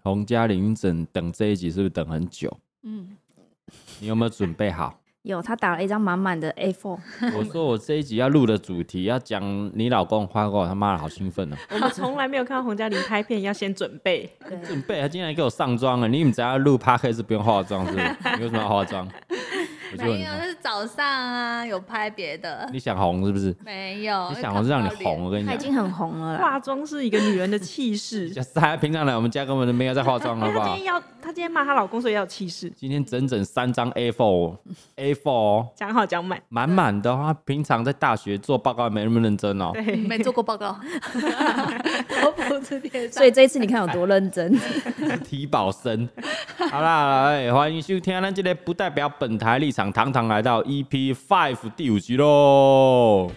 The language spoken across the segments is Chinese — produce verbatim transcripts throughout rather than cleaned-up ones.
洪嘉玲等等这一集是不是等很久？嗯，你有没有准备好？ 有，他打了一张满满的 A 四。 我说我这一集要录的主题要讲你老公花过，他妈的好兴奋哦！ 我们从来没有看到洪嘉玲拍片要先准备， 准备，他竟然给我上妆了。你们只要录 podcast 不用化妆是不是？你为什么要化妆？ 没有，是早上啊，有拍别的。 你想红是不是？ 没有， 你想红是让你红，我跟你讲， 他已经很红了啦。 化妆是一个女人的气势。 他平常来我们家根本就没有在化妆，好不好？ 她今天要，她今天骂她老公，所以要有气势。 今天整整三张 A 四 A 四讲好讲满， 满满的话，平常在大学做报告没那么认真哦。 对， 没做过报告，都不是贴上。 所以这一次你看有多认真。 体保生。好啦，哎，欢迎收听咱这个不代表本台立场，堂堂来到 E P 五 第五集喽。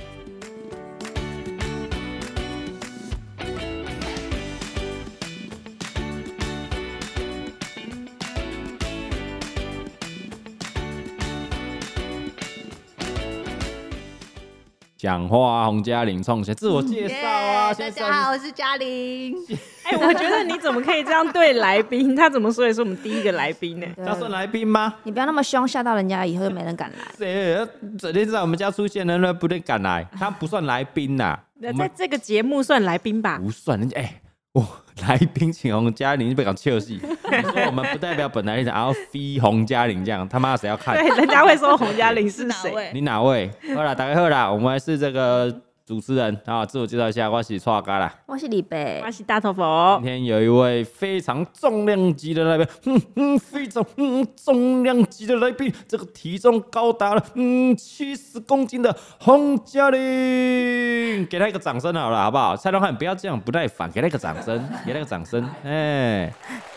讲话，洪嘉玲冲先自我介绍啊！ yeah, 大家好，我是嘉玲。 哎、欸，我觉得你怎么可以这样对来宾？他怎么说也是我们第一个来宾呢？ 他算来宾吗？ 你不要那么凶，吓到人家以后就没人敢来。 谁整天在我们家出现的人不得敢来？他不算来宾呐、 啊。在这个节目算来宾吧？ 不算，人家哎。欸哦、来宾请洪嘉玲，你别讲笑戏。你说我们不代表本来立场，然后飞洪嘉玲这样，他妈谁要看？ 对，人家会说洪嘉玲是谁？ 你哪位？好啦，大家好啦，我们是这个主持人啊，自我介绍一下，我是蔡家啦， 我是李贝， 我是大头佛。 今天有一位非常重量级的来宾，嗯嗯，非常嗯重量级的来宾，这个体重高达了嗯七十公斤的洪嘉玲，给他一个掌声好了，好不好？蔡东汉不要这样不耐烦，给他一个掌声，给他一个掌声，哎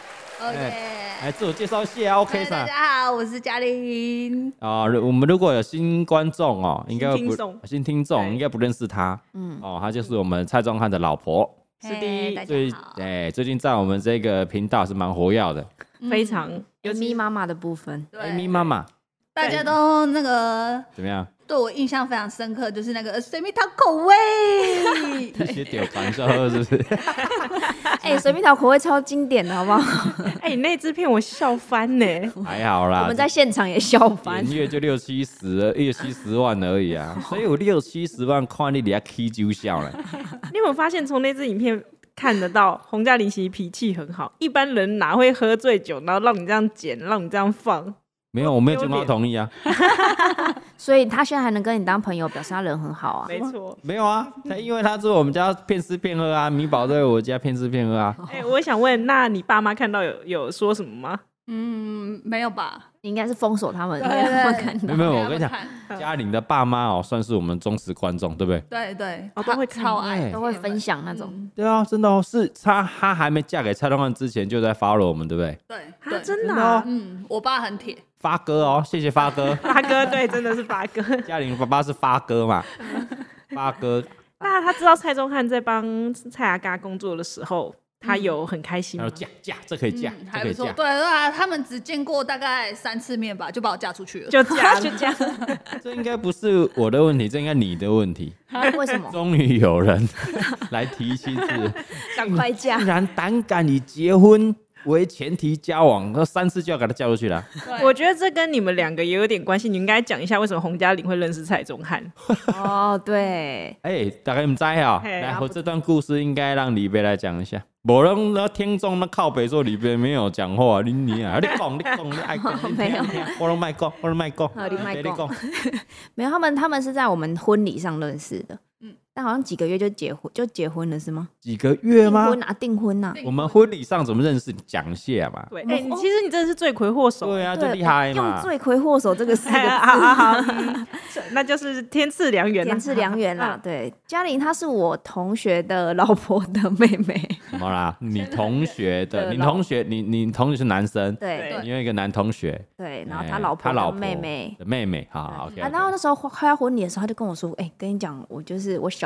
，OK， 来自我介绍一下 ，OK 大家好，我是嘉玲。 啊、呃，我们如果有新观众哦，应该不新听众应该不认识他，嗯，哦，他就是我们蔡宗翰的老婆， 是的， 最哎最近在我们这个频道是蛮活跃的， 嗯、非常有咪妈妈的部分， 哎咪妈妈， 大家都那个怎么样？ 对我印象非常深刻，就是那个水蜜桃口味， 一些屌传授是不是？ 哎、欸，水蜜桃口味超经典的，好不好？ 哎、欸，那支片我笑翻呢， 还好啦， 我们在现场也笑翻， 点阅就六七十，六七十万而已啊，所以有六七十万看你底下 K 就笑了。 你有没有发现从那支影片看得到洪嘉玲其实脾气很好，一般人哪会喝醉酒，然后让你这样剪，让你这样放？ 没有，我没有经过他同意啊。 所以他现在还能跟你当朋友，表示他人很好啊。 没错， 没有啊，他因为他是我们家骗吃骗喝啊，米宝在我家骗吃骗喝啊。 哎、欸，我想问，那你爸妈看到有有说什么吗？ 嗯，没有吧？ 你应该是封锁他们， 对对对， 看没有没有，我跟你讲，嘉玲的爸妈哦，算是我们忠实观众，对不对？ 对对， 哦、都会看超爱， 都会分享那种。 嗯、 对啊，真的哦，是他他还没嫁给蔡东汉之前就在 follow 我们，对不对？ 对啊，真的、啊， 嗯，我爸很铁。 发哥哦，谢谢发哥。 发哥对，真的是发哥。 嘉玲爸爸是发哥嘛？发哥。 那他知道蔡宗翰在帮蔡阿嘎工作的时候，他有很开心吗？ 他说嫁嫁，这可以嫁， 嗯、 这可以嫁。 对对啊，他们只见过大概三次面吧，就把我嫁出去了， 就嫁就嫁。 这应该不是我的问题，这应该你的问题。 为什么？ 终于有人来提亲自， 赶快嫁！ 竟然胆敢以结婚为前提交往，那三次就要给他嫁出去了。 我觉得这跟你们两个也有点关系，你应该讲一下为什么洪嘉玲会认识蔡宗翰。 哦，对， 哎、欸，大概不知道、喔，来，我这段故事应该让李贝来讲一下。无人那听众那靠北说李贝没有讲话，你你啊，你讲你讲你爱讲，你听听，我都卖讲，我都卖讲， 你卖讲。没有，他们他们是在我们婚礼上认识的。嗯，但好像几个月就结婚，就结婚了是吗？ 几个月吗？ 订婚啊，订婚啊！ 我们婚礼上怎么认识？你讲一下嘛。 对，哎、欸，其实你真的是罪魁祸首。 对啊，最厉害嘛。 用罪魁祸首这个四个字， 好好好、嗯，那就是天赐良缘， 天赐良缘啦。对，嘉玲她是我同学的老婆的妹妹。 什么啦？你同学的，你同学，你你同学是男生， 对， 你有一个男同学， 对，然后他老婆的妹妹的妹妹，好好 OK。 啊，然后那时候快要婚礼的时候，他就跟我说：“哎、欸，跟你讲，我就是我小。”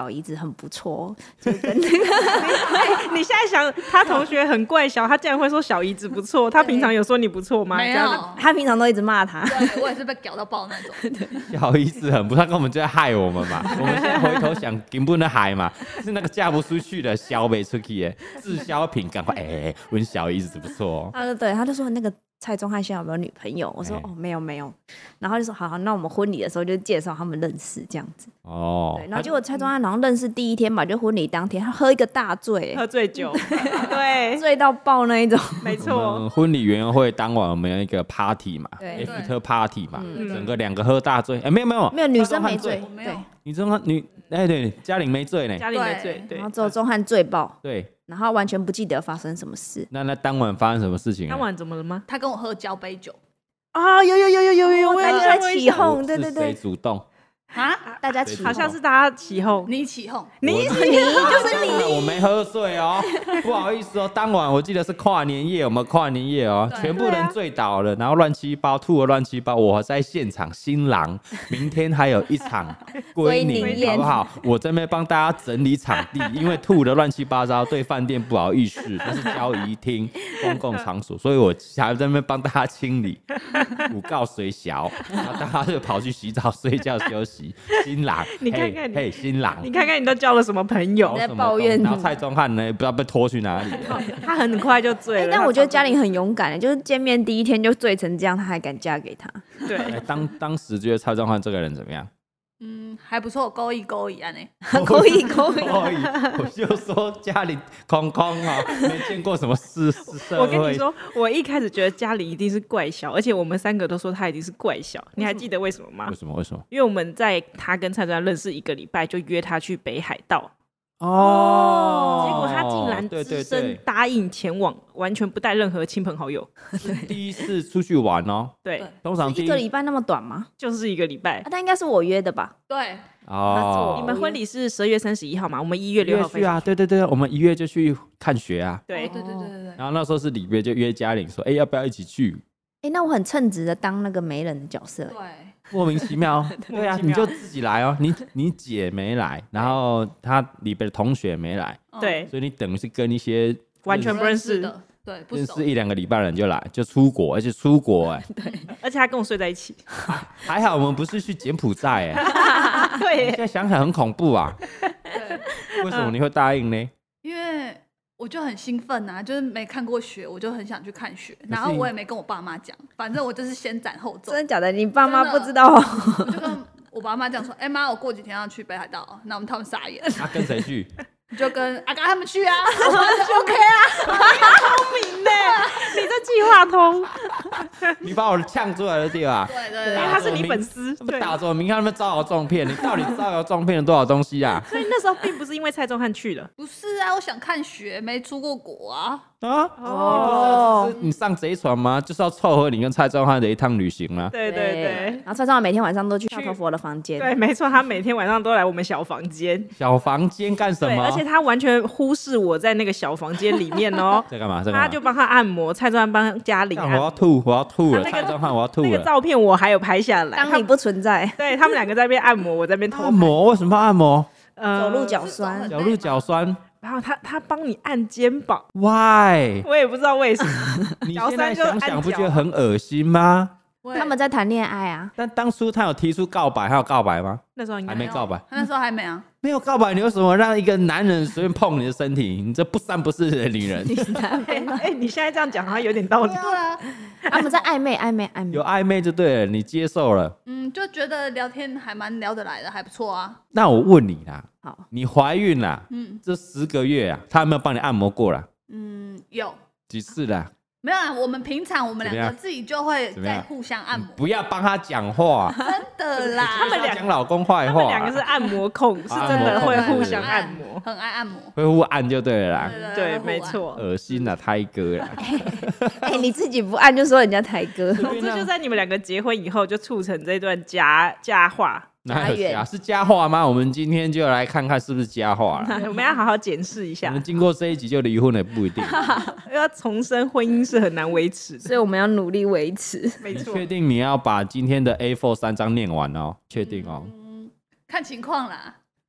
小姨子很不错，就跟那个哎你现在想，他同学很怪小，他竟然会说小姨子不错，他平常有说你不错吗？ 没这样有， 他平常都一直骂他。 对我也是被屌到爆那种。 小姨子很不，他根本就在害我们嘛。我们现在回头想，根本的害嘛，是那个嫁不出去的，销不出去的滞销品，赶快哎，我、欸、小姨子不错、哦。 他就对，他就说那个蔡宗翰现在有没有女朋友？我说、欸、哦没有没有，然后就说好好，那我们婚礼的时候就介绍他们认识这样子。 哦， 对，然后结果蔡宗翰好像认识第一天吧，就婚礼当天，他喝一个大醉， 喝醉酒，对， 醉到爆那一种。 没错。 婚礼园游会当晚我们有一个 party 嘛对 ，after party 嘛， 嗯、 整个两个喝大醉，哎、欸、没有没有没有女生没醉，对， 女生女哎、欸、对，嘉玲没醉呢， 嘉玲没醉，对， 然后之后宗翰醉爆， 对。 然后完全不记得发生什么事。 那那当晚发生什么事情？ 当晚怎么了吗？ 他跟我喝交杯酒啊，有有有有有有， 大家起哄，对对对， 谁主动？ 啊， 大家起哄， 好像是大家起哄， 你起哄， 你你就是你， 我没喝醉哦，不好意思哦。当晚我记得是跨年夜，我们跨年夜哦，全部人醉倒了，然后乱七八吐了乱七八，我在现场，新郎明天还有一场归宁，好不好？我这边帮大家整理场地，因为吐的乱七八糟，对饭店不好意思，那是交谊厅公共场所，所以我还在那边帮大家清理，五告水小，然后大家就跑去洗澡睡觉休息。新郎， 你看看你， 嘿，新郎， 你看看你都交了什么朋友？ 在抱怨。 然后蔡宗翰呢，不知道被拖去哪里了。 他很快就醉了。 欸、但我觉得嘉玲很勇敢，就是见面第一天就醉成这样，她还敢嫁给他。 对， 欸、当当时觉得蔡宗翰这个人怎么样？ 嗯，还不错，勾一勾一啊呢， 可以可以。 我就说家里空空啊，没见过什么事。 我跟你说，我一开始觉得家里一定是怪小，而且我们三个都说他一定是怪小。你还记得为什么吗？ 为什么？为什么？ 因为我们在他跟蔡宗翰认识一个礼拜，就约他去北海道。 哦， 结果他竟然只身答应前往，完全不带任何亲朋好友。 第一次出去玩哦， 对， 通常一个礼拜那么短吗？ 就是一个礼拜。 啊，但应该是我约的吧？ 对， 哦， 你们婚礼是十二月三十一号嘛？我们一月六号去啊，对对对，我们一月就去看雪啊。 对对对对对对。 然后那时候是里约就约嘉玲说，哎，要不要一起去？ 哎，那我很称职的当那个媒人的角色。 对。 莫名其妙，对啊，你就自己来哦。你你姐没来，然后他里边的同学没来， 对， 所以你等于是跟一些完全不认识的，对， 认识一两个礼拜人就来，就出国，而且出国哎， 对，而且他跟我睡在一起， 还好我们不是去柬埔寨哎， 对， 现在想想很恐怖啊。 对， 为什么你会答应呢？ 因为我就很兴奋啊，就是没看过雪，我就很想去看雪，然后我也没跟我爸妈讲，反正我就是先斩后奏。 真的假的？你爸妈不知道？ 我就跟我爸妈讲说，哎、欸、妈，我过几天要去北海道，那我们他们傻眼。 他、啊、跟谁去？ 就跟阿嘎他们去啊，我妈就 OK 啊， 聪明呢，你这计划通， 你把我呛出来了对吧？ 对对对， 因为他是你粉丝， 他们打着我名，看他们招摇撞骗，你到底招摇撞骗了多少东西啊？ 所以那时候并不是因为蔡宗翰去了， 不是啊，我想看雪，没出过国啊。 啊哦，你不是你上贼船吗？就是要凑合你跟蔡宗翰的一趟旅行吗？ 对对对。 然后蔡宗翰每天晚上都去大头佛的房间， 对，没错，他每天晚上都来我们小房间。 小房间干什么？ 而且他完全忽视我在那个小房间里面哦。 在干嘛？在干嘛？ 他就帮他按摩，蔡宗翰帮嘉玲。 我要吐，我要吐了。蔡宗翰，我要吐了。 那个照片我还有拍下来。 当你不存在， 对他们两个在那边按摩，我在那边偷按摩。为什么要按摩？ 走路脚酸， 走路脚酸。 然后他他帮你按肩膀 ，Why？ 我也不知道为什么。 你现在想想，不觉得很恶心吗？ 他们在谈恋爱啊。 但当初他有提出告白，他有告白吗？ 那时候应该还没告白， 那时候还没啊。 没有告白，你为什么让一个男人随便碰你的身体？你这不三不四的女人。 哎、欸欸，你现在这样讲好像有点道理。 对啊， 他们在暧昧，暧昧，暧昧， 有暧昧就对了，你接受了。 嗯，就觉得聊天还蛮聊得来的，还不错啊。 那我问你啦， 好， 你怀孕啦， 嗯， 这十个月啊，他有没有帮你按摩过啦？ 嗯，有几次啦？ 没有啊，我们平常我们两个自己就会在互相按摩。 不要帮他讲话， 真的啦。 他们俩讲老公坏话， 他们两个是按摩控，是真的会互相按摩， 很爱按摩， 会互按就对了啦。 对，没错。 恶心啊，胎哥啦！ 哎，你自己不按就说人家胎哥。 总之就在你们两个结婚以后，就促成这段佳佳话。 哪有假？是佳话吗？我们今天就来看看是不是佳话了。 我们要好好检视一下。 我们经过这一集就离婚了，不一定。 要重生婚姻是很难维持的， 所以我们要努力维持。 没错。 确定你要把今天的 A 四 三张念完哦？确定哦？ 嗯，看情况啦。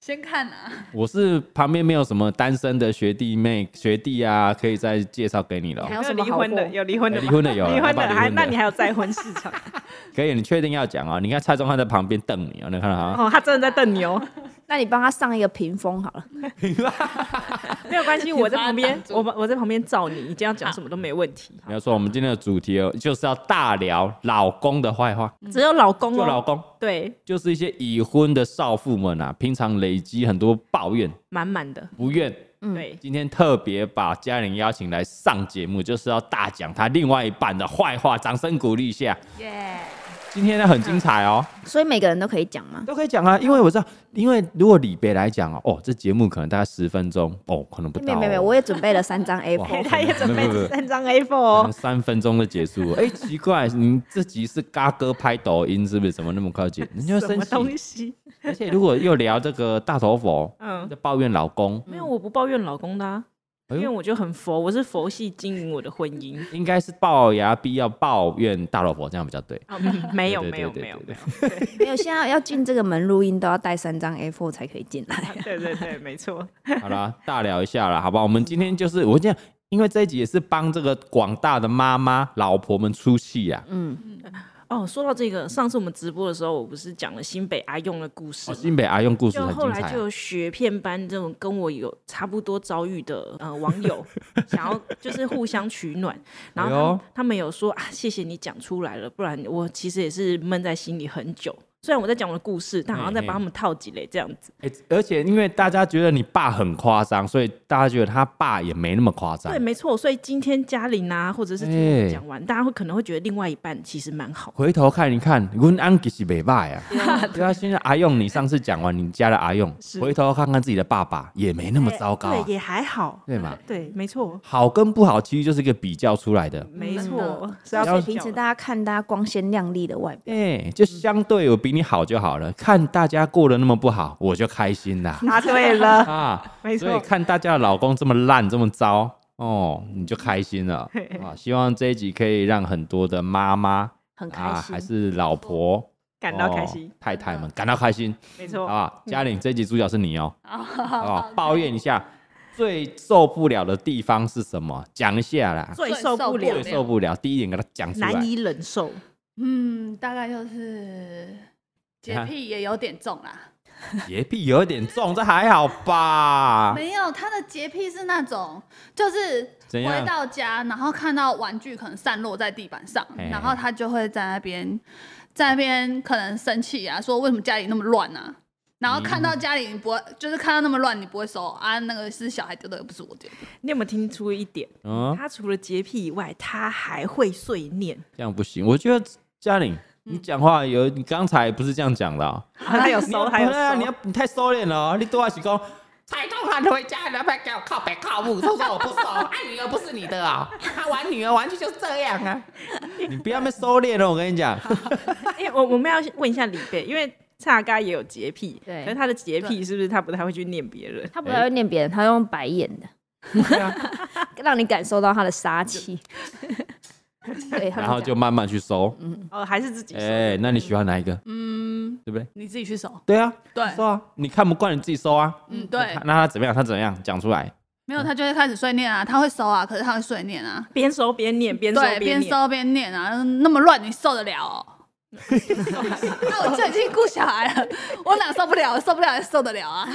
先看啊。 我是旁边没有什么单身的学弟妹、学弟啊，可以再介绍给你了还。有有什么好离婚的？ 货有离婚的吗？ 离婚的有离婚的还要不要离婚的那你还有再婚市场可以，你确定要讲啊？你看蔡宗翰在旁边瞪你啊，你看到啊？ 哦，他真的在瞪你哦。 那你帮他上一个屏风好了。 没有关系，我在旁边你，把它挡住我我在旁边照你，你今天要讲什么都没问题。 没有错，我们今天的主题哦，就是要大聊老公的坏话。 只有老公哦， 就老公， 对， 就是一些已婚的少妇们啊，平常累积很多抱怨、 满满的， 不愿。 对， 今天特别把嘉玲邀请来上节目，就是要大讲她另外一半的坏话，掌声鼓励一下。 耶！ 今天呢很精彩哦， 所以每个人都可以讲吗？ 都可以讲啊，因为我知道，因为如果李北来讲哦，哦，这节目可能大概十分钟，哦，可能不到、哦。 没有没有没有，我也准备了三张 A 哇四。 他也准备没有没有三张 A 四可哦能。三分钟就结束了。哎、奇怪，你这集是嘎哥拍抖音是不是？怎么那么快结？人家会生什么东气。 西？ 而且如果又聊这个大头佛， 嗯， 在抱怨老公， 没有，我不抱怨老公的啊， 哎呦因为我就很佛，我是佛系经营我的婚姻。 应该是龅牙逼要抱怨大老婆，这样比较对。 啊，嗯没有对没有对对对没有没对有， 没有，现在要进这个门录音都要带三张 A 四 才可以进来。 对对对，没错。 好啦，大聊一下啦，好不好？我们今天就是我讲，因为这一集也是帮这个广大的妈妈、老婆们出气呀、 嗯， 哦，说到这个，上次我们直播的时候，我不是讲了新北阿用的故事哦， 吗？ 新北阿用故事就很精彩、啊。 后来就有雪片般这种跟我有差不多遭遇的呃网友，想要就是互相取暖，然后他们,、 哎呦他们有说啊，谢谢你讲出来了，不然我其实也是闷在心里很久。虽然我在讲我的故事，但好像在帮他们套几类这样子。 欸而且因为大家觉得你爸很夸张，所以大家觉得他爸也没那么夸张对，。没错。所以今天嘉玲啊，或者是听哎我讲完，大家会可能会觉得另外一半其实蛮好。 回头看一看，阮安其实袂歹啊。对啊，现在阿用，你上次讲完你家的阿用， 是回头看看自己的爸爸，也没那么糟糕、啊哎对，也还好。 对嘛？ 对，没错， 好跟不好其实就是一个比较出来的。 没真错，是所要以平时大家看大家光鲜亮丽的外表， 哎、就相对我比你好就好了。看大家过得那么不好，我就开心啦。 答对了， 啊， 没错所以看大家的老公这么烂这么糟哦，你就开心了啊！希望这一集可以让很多的妈妈很开啊， 心。 还是老婆感到开心哦，太太们感到开心， 没错。 啊！嘉玲，这一集主角是你哦，哦，抱怨一下最受不了的地方是什么？讲一下啦， 最受不了最受不了，第一点给他讲出来。 难以忍受。 嗯，大概就是洁癖也有点重啦。 洁癖有一点重，这还好吧？ 没有，他的洁癖是那种，就是怎样回到家，然后看到玩具可能散落在地板上嘿， 然后他就会在那边，在那边可能生气啊，说为什么家里那么乱啊？然后看到家里你不会，就是看到那么乱你不会收啊，那个是小孩丢的，又不是我丢的。 你有没有听出一点？ 嗯， 他除了洁癖以外，他还会碎念。 这样不行。我觉得嘉玲，你讲话有，你刚才不是这样讲的、哦。 他有收，他有对啊，你收。 要你太收敛了、哦，你多还是讲蔡宗翰回家，然后给我靠北靠母，都说我不收，爱女儿不是你的啊、哦，他玩女儿玩具就是这样啊。你不要那么收敛了，我跟你讲。 哎、我我们要问一下李贝，因为蔡阿嘎也有洁癖， 对可是他的洁癖是不是他不太会去念别人？ 他不太会念别人，他用白眼的， 对啊， 让你感受到他的杀气。对，他然后就慢慢去收。 哦，还是自己收。 哎、那你喜欢哪一个？ 嗯， 对不对？ 你自己去收。 对啊， 对， 收啊，你看不惯你自己收啊。 嗯，对， 那他怎么样？他怎么样？讲出来。 没有他就会开始碎念啊，他会收啊，可是他会碎念啊， 边收边念，边收对，边念。 收边念啊，那么乱你受得了哦？那我就已经顾小孩了，我哪受不了？受不了也受得了啊？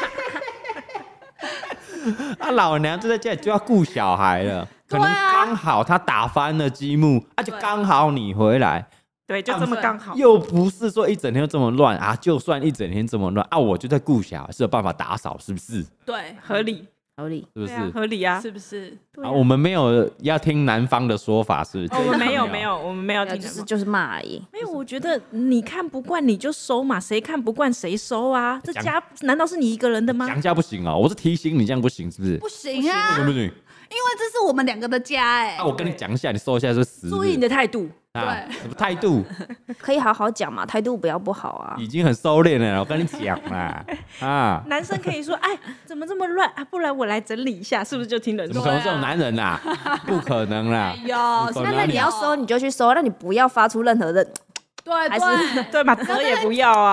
啊，老娘就在家里就要顾小孩了，可能对啊刚好他打翻了积木，啊，就对刚好你回来， 对，就这么刚好。 又不是说一整天都这么乱啊，就算一整天这么乱啊，我就在顾小孩，是有办法打扫，是不是？ 对， 合理， 合理。 是不是？ 对啊，合理啊。 是不是？ 啊，我们没有要听男方的说法，是不是？ 哦我们没有这一集没有，我们没有没有听什么。 就是就是骂而已。 没有，我觉得你看不惯你就收嘛，谁看不惯谁收啊？这讲家难道是你一个人的吗？ 讲价不行哦，我是提醒你，这样不行，是不是？ 不行啊， 行不行？ 因为这是我们两个的家哎、 啊，我跟你讲一下，你收一下是死。 注意你的态度。 啊， 对什么态度？ 可以好好讲嘛，态度不要不好啊。 已经很收敛了，我跟你讲啦，啊， 男生可以说：“哎，怎么这么乱啊？不然我来整理一下，是不是就听人说怎么可能这种男人呐？不可能啦！ 有， 不可能那那你要收你就去收，那你不要发出任何的， 对还是对， 对吧？折也不要啊。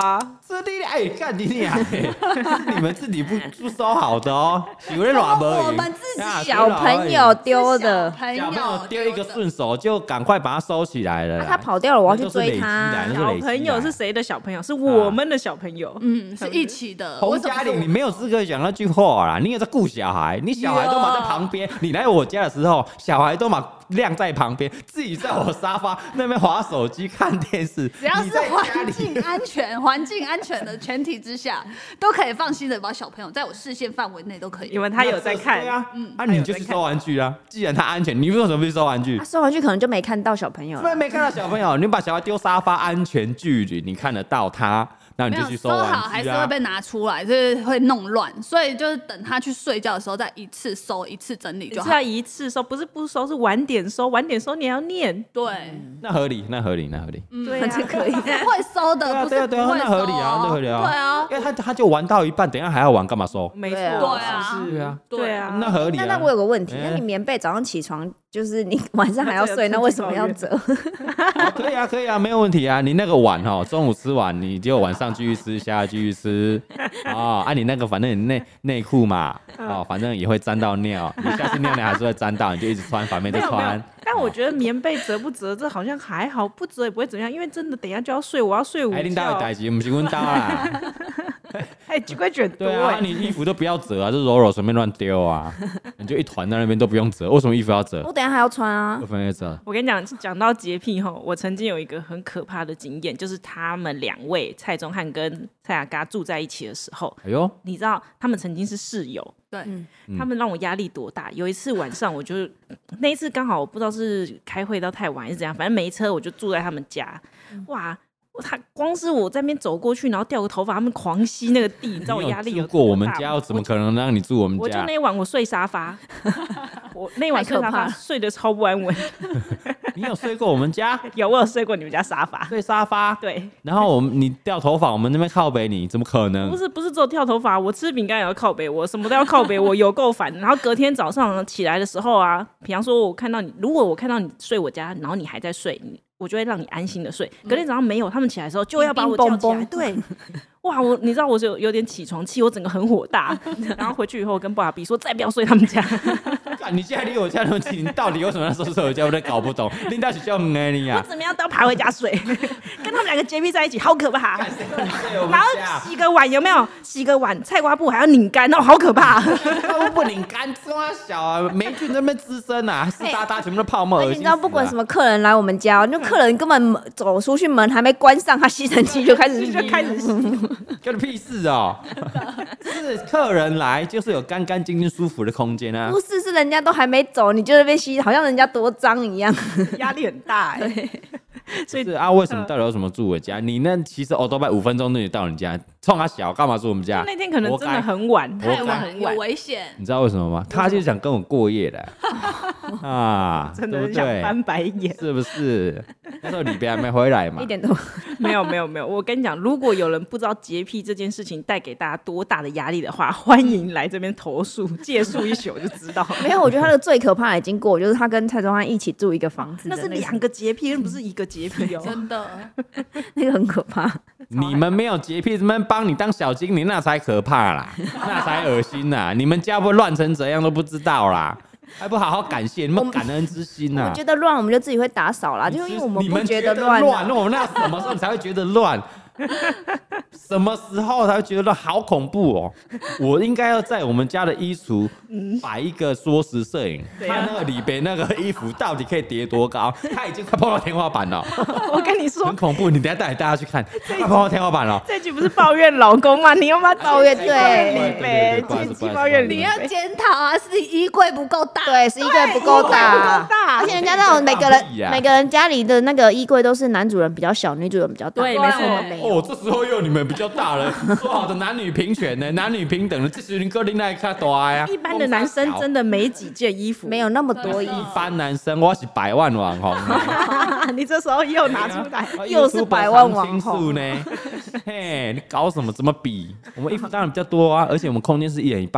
这里哎，干你俩，是你们自己不不收好的哦，以为软不？ 我们自己小朋友丢的， 朋小朋友丢一个的顺手就赶快把它收起来了啦。 那他跑掉了，我要去那都是累积追他来。那小累积来朋友是谁的小朋友？是我们的小朋友。 嗯，是一起的。 洪为什么是我嘉玲，你没有资格讲那句话啦！你有在顾小孩，你小孩都嘛在旁边。你来我家的时候，小孩都嘛晾在旁边，自己在我沙发那边滑手机看电视。 只要是你在家环里境安全、环境安全的前提之下，都可以放心的把小朋友在我视线范围内都可以。 因为他有在看对，啊， 嗯啊，你就去收玩具啊！既然他安全，你为什么不去收玩具他？收回去可能就没看到小朋友了。 不然没看到小朋友，你把小孩丢沙发，安全距离，你看得到他，那你没有收就去玩具啊。 好还是会被拿出来，就是会弄乱，所以就是等他去睡觉的时候再一次收一次整理就好只要。一次收，不是不收，是晚点收，晚点收你要念。 对， 那合理，那合理，那合理。 嗯对啊这可以。 会收的， 对啊， 不对啊，对啊， 是不会收那合理啊，那合理啊。 对啊， 因为他他就玩到一半，等一下还要玩，干嘛收？ 没错， 对啊对啊是不是对啊， 对啊， 那合理啊。 那那我有个问题， 哎那你棉被早上起床就是你晚上还要睡， 那这个那为什么要折？ 哦可以啊，可以啊，没有问题啊。你那个碗哦，中午吃完，你就晚上继续吃，下继续吃。哦，啊，你那个反正你内内裤嘛，哦，反正也会沾到尿，你下次尿尿还是会沾到，你就一直穿，反面就没有没有穿。， 但我觉得棉被折不折，这好像还好，不折也不会怎么样，因为真的等一下就要睡，我要睡午哎，领导的觉。 代志，不是阮兜啦。 哎，鸡龟卷多对啊，啊哎， 你衣服都不要折啊，就柔柔随便乱丢啊，你就一团在那边都不用折，为什么衣服要折？ 我等一下还要穿啊为。什么要折？ 我跟你讲，讲到洁癖哈，我曾经有一个很可怕的经验，就是他们两位蔡宗翰跟蔡雅嘎住在一起的时候， 哎呦， 你知道他们曾经是室友， 对， 嗯他们让我压力多大。有一次晚上，我就那一次刚好我不知道是开会到太晚还是怎样，反正没车，我就住在他们家。哇，他光是我在那边走过去，然后掉个头发，他们狂吸那个地，你知道我压力有你有住过我们多大吗家，我怎么可能让你住我们我就家？ 那一晚我睡沙发，我那一晚睡沙发太可怕睡得超不安稳。 你有睡过我们家？ 有我有睡过你们家沙发， 睡沙发？ 对， 然后我们你掉头发，我们那边靠北你，怎么可能不？是不是只有跳头发，我吃饼干也要靠北，我什么都要靠北，我有够烦。然后隔天早上起来的时候啊，比方说我看到你，如果我看到你睡我家，然后你还在睡，你我就会让你安心的睡。隔天早上没有，他们起来的时候就要把我叫起来， 冰冰对。哇，我你知道我是有有点起床气，我整个很火大，然后回去以后跟布拉比说再不要睡他们家。 干你现在离我家那么近，你到底为什么要说睡我家？我都搞不懂。领导学校唔爱你啊！ 怎么样都要爬回家睡，跟他们两个洁癖在一起，好可怕。 干谁让你睡我们然后家？ 洗个碗有没有？洗个碗菜瓜布还要拧干，哦，好可怕。 他们不拧干，抓小啊，霉菌在那边滋生啊，湿哒哒，全部都泡沫，恶心死了。 而且你知道，不管什么客人来我们家哦，那客人根本门走出去门还没关上，他吸尘器就开始就开始洗。 干你屁事哦！是客人来就是有干干净净、舒服的空间啊不。是，是人家都还没走，你就在那边吸，好像人家多脏一样。 压力很大哎、所以是啊，为什么到底有什么住我家？你那其实欧多拜五分钟内就到你家，冲他小干嘛住我们家？ 那天可能真的活该很晚， 活该太晚很晚， 有危险。 你知道为什么吗？他就是想跟我过夜的啊， 真的对不对？ 很想翻白眼。 是不是？那时候李别还没回来嘛一。点都没有没有没有，我跟你讲，如果有人不知道洁癖这件事情带给大家多大的压力的话，欢迎来这边投诉，借宿一宿就知道。 没有。我觉得他的最可怕的经过就是他跟蔡宗翰一起住一个房子的个， 那是两个洁癖，那不是一个洁癖哦。 真的， 那个很可怕。 你们没有洁癖，他们帮你当小精灵，那才可怕啦，那才恶心呐！你们家不乱成怎样都不知道啦，还不好好感谢，你们感恩之心呐我们！觉得乱，我们就自己会打扫啦，就因为我们不你们觉得乱、 乱， 啊。 那我们那什么时候你才会觉得乱？什么时候才会觉得好恐怖哦？我应该要在我们家的衣橱摆一个缩时摄影， 对啊看那个里边那个衣服到底可以叠多高？它已经快碰到天花板了， 我跟你说很，恐怖。你等一下带大家去看，快碰到天花板了。 这句不是抱怨老公吗？你又把抱怨抱怨对李贝， 对对对借机抱怨李你贝， 要检讨啊，是你衣柜不够大。 对，是衣柜不够大， 不够大而且人家那种每个人放屁啊每个人家里的那个衣柜都是男主人比较小，女主人比较大。 对没错我们没有。 哦，这时候又你们比较大了，说好的男女平权呢？男女平等的，这时你哥另外看大呀。 一般的男生真的没几件衣服， 没有那么多衣真的服， 一般男生，我是百万网红呢。 你这时候又拿出来， 又是百万网红呢。嘿，你搞什么？怎么比？我们衣服当然比较多啊，而且我们空间是一人一半。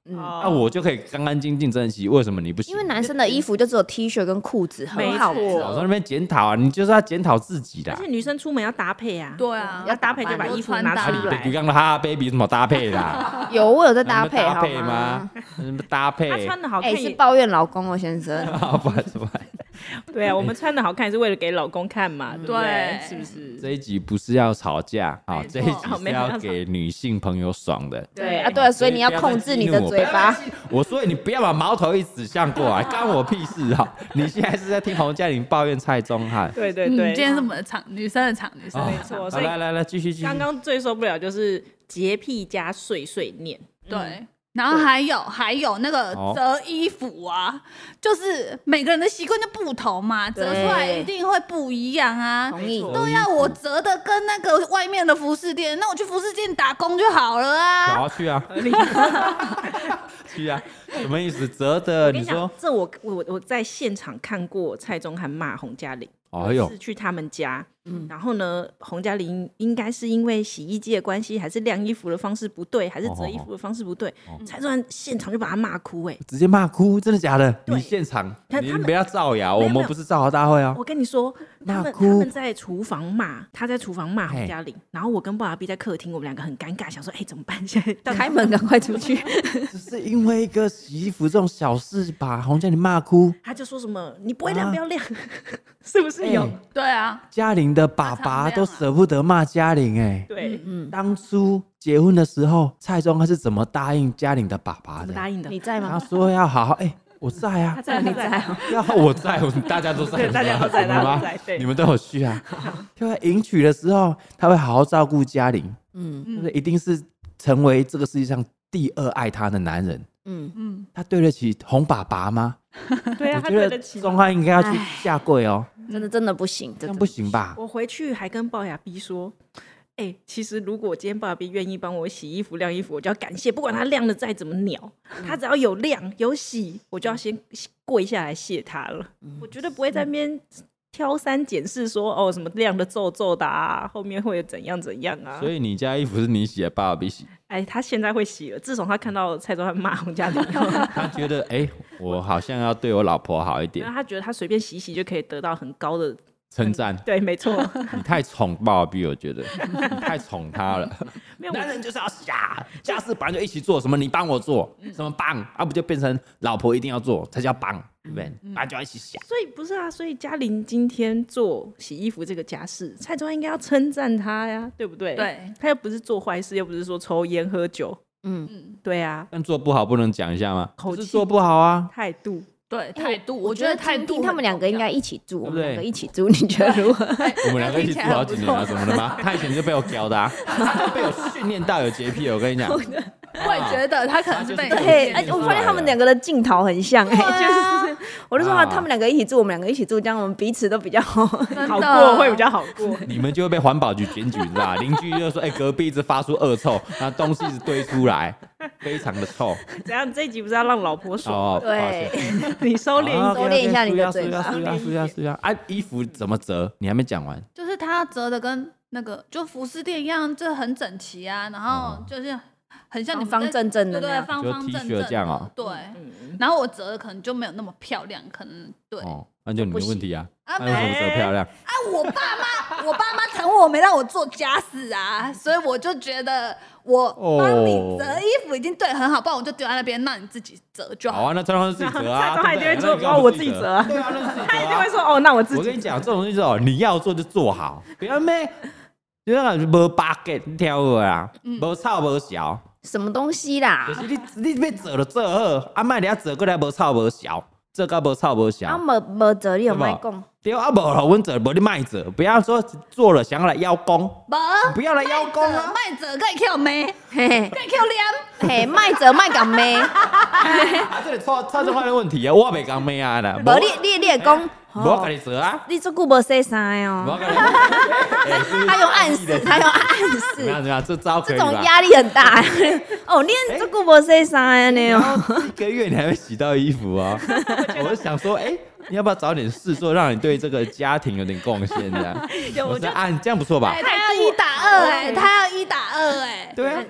嗯哦那我就可以干干净净整齐，为什么你不行？ 因为男生的衣服就只有 T 恤跟裤子，很好没错老在折。 那边检讨啊，你就是要检讨自己的而。且女生出门要搭配啊， 对啊， 要搭配就把衣服拿啊， 出来你你。刚刚哈哈 baby 怎么搭配啦？ 有我有在搭配， 搭好配吗？什么搭配？ 她穿的好哎、 看也， 是抱怨老公哦，先生。 不然什么？ 对啊，我们穿的好看也是为了给老公看嘛，对不对？ 对是不是？ 这一集不是要吵架啊， 没错这一集是要给女性朋友爽的。 对啊，对啊，所以你要控制你的嘴巴。 我所以你不要把矛头一直指向过来，干我屁事啊！你现在是在听洪嘉玲抱怨蔡宗翰。 嗯， 对对对， 今天是我们的场，女生的场，女生哦的场。 没错。 好所以来来来，继续继续。 刚刚最受不了就是洁癖加碎碎念。 对，然后还有还有那个哦折衣服啊，就是每个人的习惯就不同嘛，折出来一定会不一样啊。 同意。 对呀、我折的跟那个外面的服饰店，那我去服饰店打工就好了啊。 好去啊，去啊，什么意思？折的， 我跟你讲你说，， 这我我我在现场看过蔡宗翰骂洪嘉玲。 哎呦是去他们家，然后呢，洪嘉玲应该是因为洗衣机的关系，还是晾衣服的方式不对，还是折衣服的方式不对，蔡宗翰现场就把他骂哭、欸。哎， 直接骂哭，真的假的？ 对你现场， 他他们你不要造谣， 没有我们不是造谣大会啊。 我跟你说，他们他骂哭们在厨房骂，他在厨房骂嘿洪嘉玲，然后我跟鲍亚碧在客厅，我们两个很尴尬，想说，哎、怎么办？现在到底开门，赶快出去。 只是因为一个洗衣服这种小事，把洪嘉玲骂哭。 他就说什么，你不会晾，不要晾，是不是有？ 哎对啊， 嘉玲的爸爸都舍不得骂嘉玲，哎， 对， 嗯， 当初结婚的时候，蔡宗翰是怎么答应嘉玲的爸爸的？ 怎么答应的？ 你在他吗？ 说要好好，哎，我在啊他，在， 你他在。 在哦。 要我在，我大家都在， 对大家都在怎么了吗大家都在对你们都有去啊。就在迎娶的时候，他会好好照顾嘉玲， 嗯就是一定是成为这个世界上第二爱他的男人。 嗯， 嗯， 他对得起洪爸爸吗？ 对啊，他我觉得对得起。 宗翰应该要去唉下跪哦， 真的真的不行，这这样不行吧？ 我回去还跟龅牙逼说，哎、其实如果今天龅牙逼愿意帮我洗衣服、晾衣服，我就要感谢，不管他晾的再怎么鸟，他只要有晾有洗，我就要先跪下来谢他了。我绝对不会在那边挑三拣四说哦什么晾的皱皱的啊，后面会有怎样怎样啊。 所以你家衣服是你洗的，爸爸比洗。 哎，他现在会洗了，自从他看到蔡宗翰骂洪嘉玲以后， 他觉得，哎、我好像要对我老婆好一点然后，他觉得他随便洗洗就可以得到很高的。 称赞。 对，没错， 你太宠爸爸比，我觉得你太宠他了。 没有男人就是要洗啊，家事本来就一起做，什么你帮我做，什么帮啊，不就变成老婆一定要做才叫帮，对不对？本来就要一起想。 所以不是啊，所以嘉玲今天做洗衣服这个家事，蔡宗翰应该要称赞他呀，对不对？ 对， 他又不是做坏事，又不是说抽烟喝酒， 嗯， 嗯， 对啊， 但做不好不能讲一下吗？ 口气就是做不好啊， 态度。 对，态度， 我我觉得态度很听听他们两个应该一起住，我对不对们两个一起住，你觉得如何？ 我们两个一起住好几年了，怎么了吗？他以前就被我教的啊，被我训练到有洁癖了。我跟你讲， 我也觉得他可能是被你他就是对， 骗哎，我发现他们两个的镜头很像，哎， 对啊就是，我就说啊他们两个一起住，我们两个一起住，这样我们彼此都比较好。 真好的过会比较好过。 你们就会被环保局检举，你知道吧？邻居就说：“哎、隔壁一直发出恶臭，然后东西一直堆出来，非常的臭。 怎样？这一集不是要让老婆”爽？ 哦， 对， 你收敛一啊点。 收敛一下你的 OK，OK， 嘴巴舒压舒压舒压舒压啊！衣服怎么折？你还没讲完。 就是他折的跟那个就服饰店一样，这很整齐啊，然后就是很像你们在方方正正的对对， 那样就方方 T 恤正正的这样哦对。 嗯， 然后我折的可能就没有那么漂亮，可能对哦，那就你的问题啊。 啊， 那为什么折漂亮？ 啊，我爸妈，我爸妈疼我，没让我做家事啊，所以我就觉得我帮你折衣服已经对很好，不然我就丢在那边，让你自己折就好。 好啊，那当然是自己折啊。 他他一定会说对不对那你干嘛哦我不自己折啊对啊，那是自己折啊他一定会说哦，那我自己。 我跟你讲，这种东西是哦，你要做就做好，不要咩，就那个无 bucket 跳舞啊，无臭无小， 什么东西啦就？是你你要做就做好，啊莫你啊做过来无臭无小，做到无臭无啊， 小。 没没责任，有卖讲。 对啊，无咯，阮做无你卖做，不要说做了想要来邀功， 无不要来邀功啊！ 卖折可以 Q 妹， 嘿嘿可以 Q 脸， 嘿，卖者卖港妹， 啊，这里错错这块的问题啊，我袂讲咩啊啦， 无你你你会讲， 无我跟你做啊， 你这久无洗衫哦。 我跟你，哎是不是他用暗示，他用暗怎么样示， 怎么样？这招可这以吧？ 种压力很大。哦，你这久无洗衫呢然哦。 后一个月你还会洗到衣服啊？我就想说，哎、你要不要找点事做，让你对这个家庭有点贡献？这样， 有我就我说啊，你这样不错吧哎，？他要一打二哎，他要一打二哎， 对啊，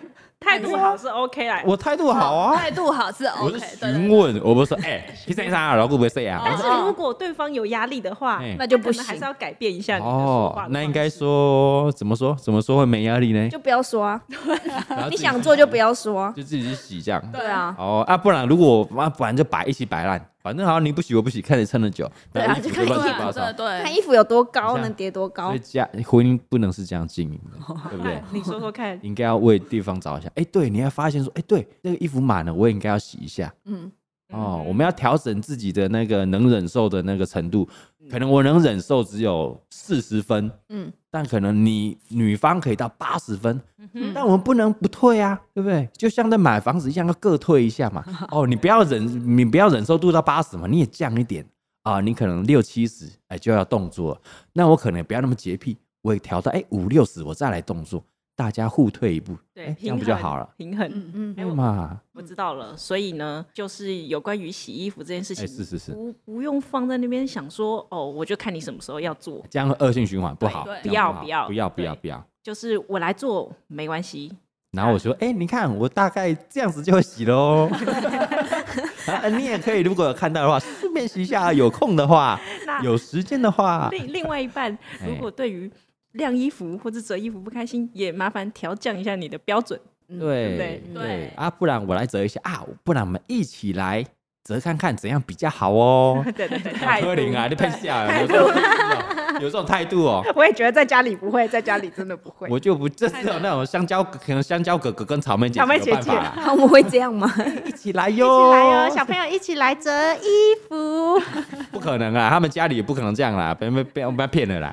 态度好是 OK 啦。 我态度好啊， 态度好是我 OK 是的。 询问，我不是说哎，披萨啥，然后会不会睡啊？ 但是如果对方有压力的话哎， 那就不可能还是行， 要改变一下你的说话的方式。 哦那应该说怎么说？怎么说会没压力呢？ 就不要说啊， 然后自己你想做就不要说啊。 就自己去洗这样。 对啊， 哦啊，不然如果啊，不然就摆一起摆烂，反正好像你不洗我不洗，看谁撑得久。 对啊然后衣服就看乱七对啊， 八糟对。对看衣服有多高， 你看能叠多高所以。家婚姻不能是这样经营的，对不对？ 你说说看， 应该要为对方着想。哎，对，你要发现说，哎，对，这个衣服满了，我也应该要洗一下。 嗯， 哦，我们要调整自己的那个能忍受的那个程度，可能我能忍受只有四十分， 嗯， 但可能你女方可以到八十分， 嗯但我们不能不退啊，对不对？就像在买房子一样，要各退一下嘛。哦，你不要忍，你不要忍受度到八十嘛，你也降一点啊，你可能六七十，哎就要动作了，那我可能也不要那么洁癖，我也调到哎五六十，我再来动作，大家互退一步， 对哎，这样平衡不就好了？ 平衡。 嗯嗯， 对嘛？ 我知道了，所以呢，就是有关于洗衣服这件事情， 哎，是是是， 不不用放在那边想说哦，我就看你什么时候要做， 这样恶性循环不好， 对这样好不要不要不要对不要。 就是我来做没关系。 然后我说，哎、你看我大概这样子就会洗了哦。啊你也可以，如果有看到的话，顺便洗一下。有空的话， 那有时间的话， 另另外一半， 哎如果对于晾衣服或者折衣服不开心，也麻烦调降一下你的标准。 对对对对啊，不然我来折一下啊，不然我们一起来折看看怎样比较好哦。 对对对，态度柯林啊，你喷下有这种有这种态度哦。 我也觉得在家里不会，在家里真的不会。 我就不，这只有那种香蕉，可能香蕉哥哥跟草莓姐姐有草莓姐姐办法啦， 他们会这样吗？ 一起来哟， 来哦，小朋友一起来折衣服。 不可能啊，他们家里也不可能这样啦，被被被我们骗了啦，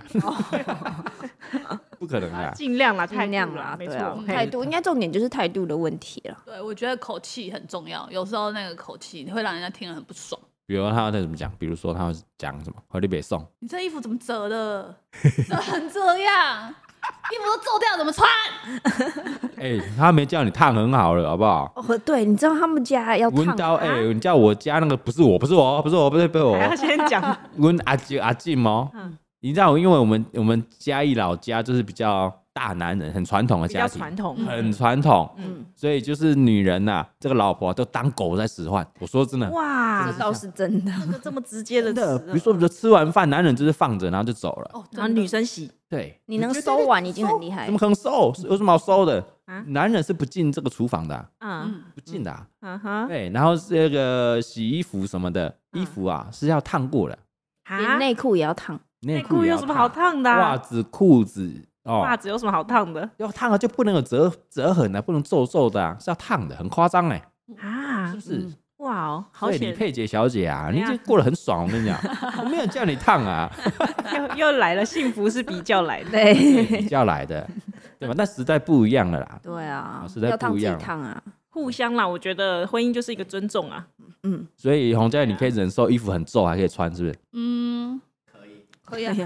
不可能啦。 尽量啦，态尽度量啦， 没对啊错，， 态度应该重点就是态度的问题了。 对，我觉得口气很重要，有时候那个口气会让人家听了很不爽。 比如他会怎么讲？比如说他会讲什么？和你北送， 你这衣服怎么折的？折成这样，衣服都皱掉，怎么穿？ 哎、他没叫你烫很好了，好不好？ 哦，对，你知道他们家要烫温刀，哎、你叫我家那个不是我，不是我，不是我，不是不是我还，要先讲。 温阿舅阿静哦。 嗯你知道，因为我们我们嘉义老家就是比较大男人，很传统的比较家庭， 传统， 很传统， 嗯， 所以就是女人呐、这个老婆都当狗在使唤。我说真的， 哇这，倒是真的。 这个这么直接的真的， 词哦， 比如说，比如说吃完饭，男人就是放着，然后就走了。 哦， 然后女生洗， 对， 你能觉得收完已经很厉害怎么可能收？有什么好收的？ 啊男人是不进这个厨房的啊、 嗯不进的、啊。 嗯哼， 对，然后这个洗衣服什么的，衣服啊是要烫过的， 啊， 连内裤也要烫。 内内裤也要有什么好烫的啊？ 袜子、裤子哦， 袜子有什么好烫的要烫了就不能有折折痕的，不能皱皱的啊，是要烫的，很夸张哎， 啊是？不是？ 哇哦，好所以李险， 佩姐小姐啊，你怎样这过得很爽，我跟你讲，我没有叫你烫啊， 又又来了，幸福是比较来的。 对对比较来的，对吧？但时代不一样了啦， 对啊实，在要烫自己不一样烫啊。 互相啦，我觉得婚姻就是一个尊重啊。 嗯， 所以洪嘉玲，你可以忍受衣服很皱还可以穿，是不是？ 嗯，可以，可以啊。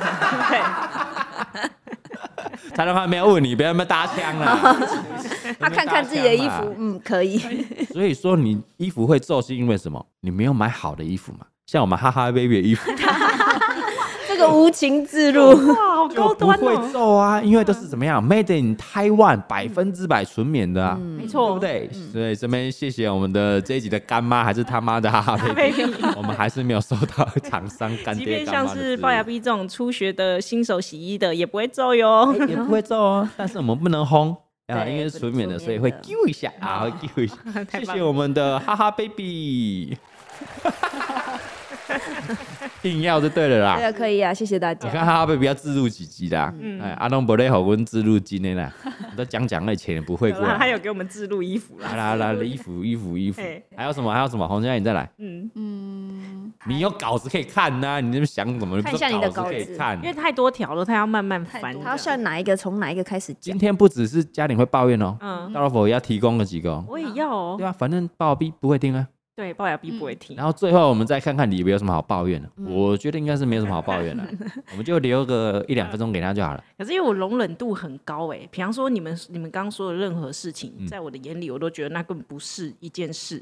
对， 蔡东汉没有问你，不要那么搭腔啦。 他看看自己的衣服， 不要搭腔嗯，可以。 嘛，所以说你衣服会皱是因为什么？你没有买好的衣服嘛。像我们哈哈 baby 的衣服这个无情自入， 哇，好就高端不会哦。 皱啊，因为都是怎么样 ，made in Taiwan，百分之百纯棉的啊。对没错， 不对？所以这边谢谢我们的这一集的干妈，还是他妈的哈哈 baby，我们还是没有收到厂商干即便爹干妈像是的资源龅牙逼这种初学的新手洗衣的，也不会皱哟。 也不会皱哦，但是我们不能烘啊， 对因为是纯棉的， 不是所以会纯揪一下啊，会揪一下。 太棒了谢谢我们的哈哈 baby，硬要就对了啦对。啊，可以啊，谢谢大我看家。 哈哈 baby 要自入几集啦， 嗯哎，阿东不会好温自入金的啦，我都讲讲那钱也不会过有啦，他来。 有给我们自录衣服啦。 来来来，衣服衣服衣服嘿， 还有什么还有什么？洪嘉玲你再来， 嗯， 嗯， 你有稿子可以看呐，你这边想什么？ 看一下你的不是稿子可以稿子看因。为太多条了，他要慢慢翻太。多他要选哪一个，从哪一个开始讲？ 今天不只是嘉玲会抱怨哦， 嗯， 大老婆也要提供个几个哦。 我也要哦对。啊，反正抱逼不会听啊。 对，龅牙逼不会听然。后最后我们再看看李维有什么好抱怨的。我觉得应该是没有什么好抱怨的，我们就留个一两分钟给他就好了。 可是因为我容忍度很高哎，比方说你们你们刚刚说的任何事情， 嗯在我的眼里，我都觉得那根本不是一件事。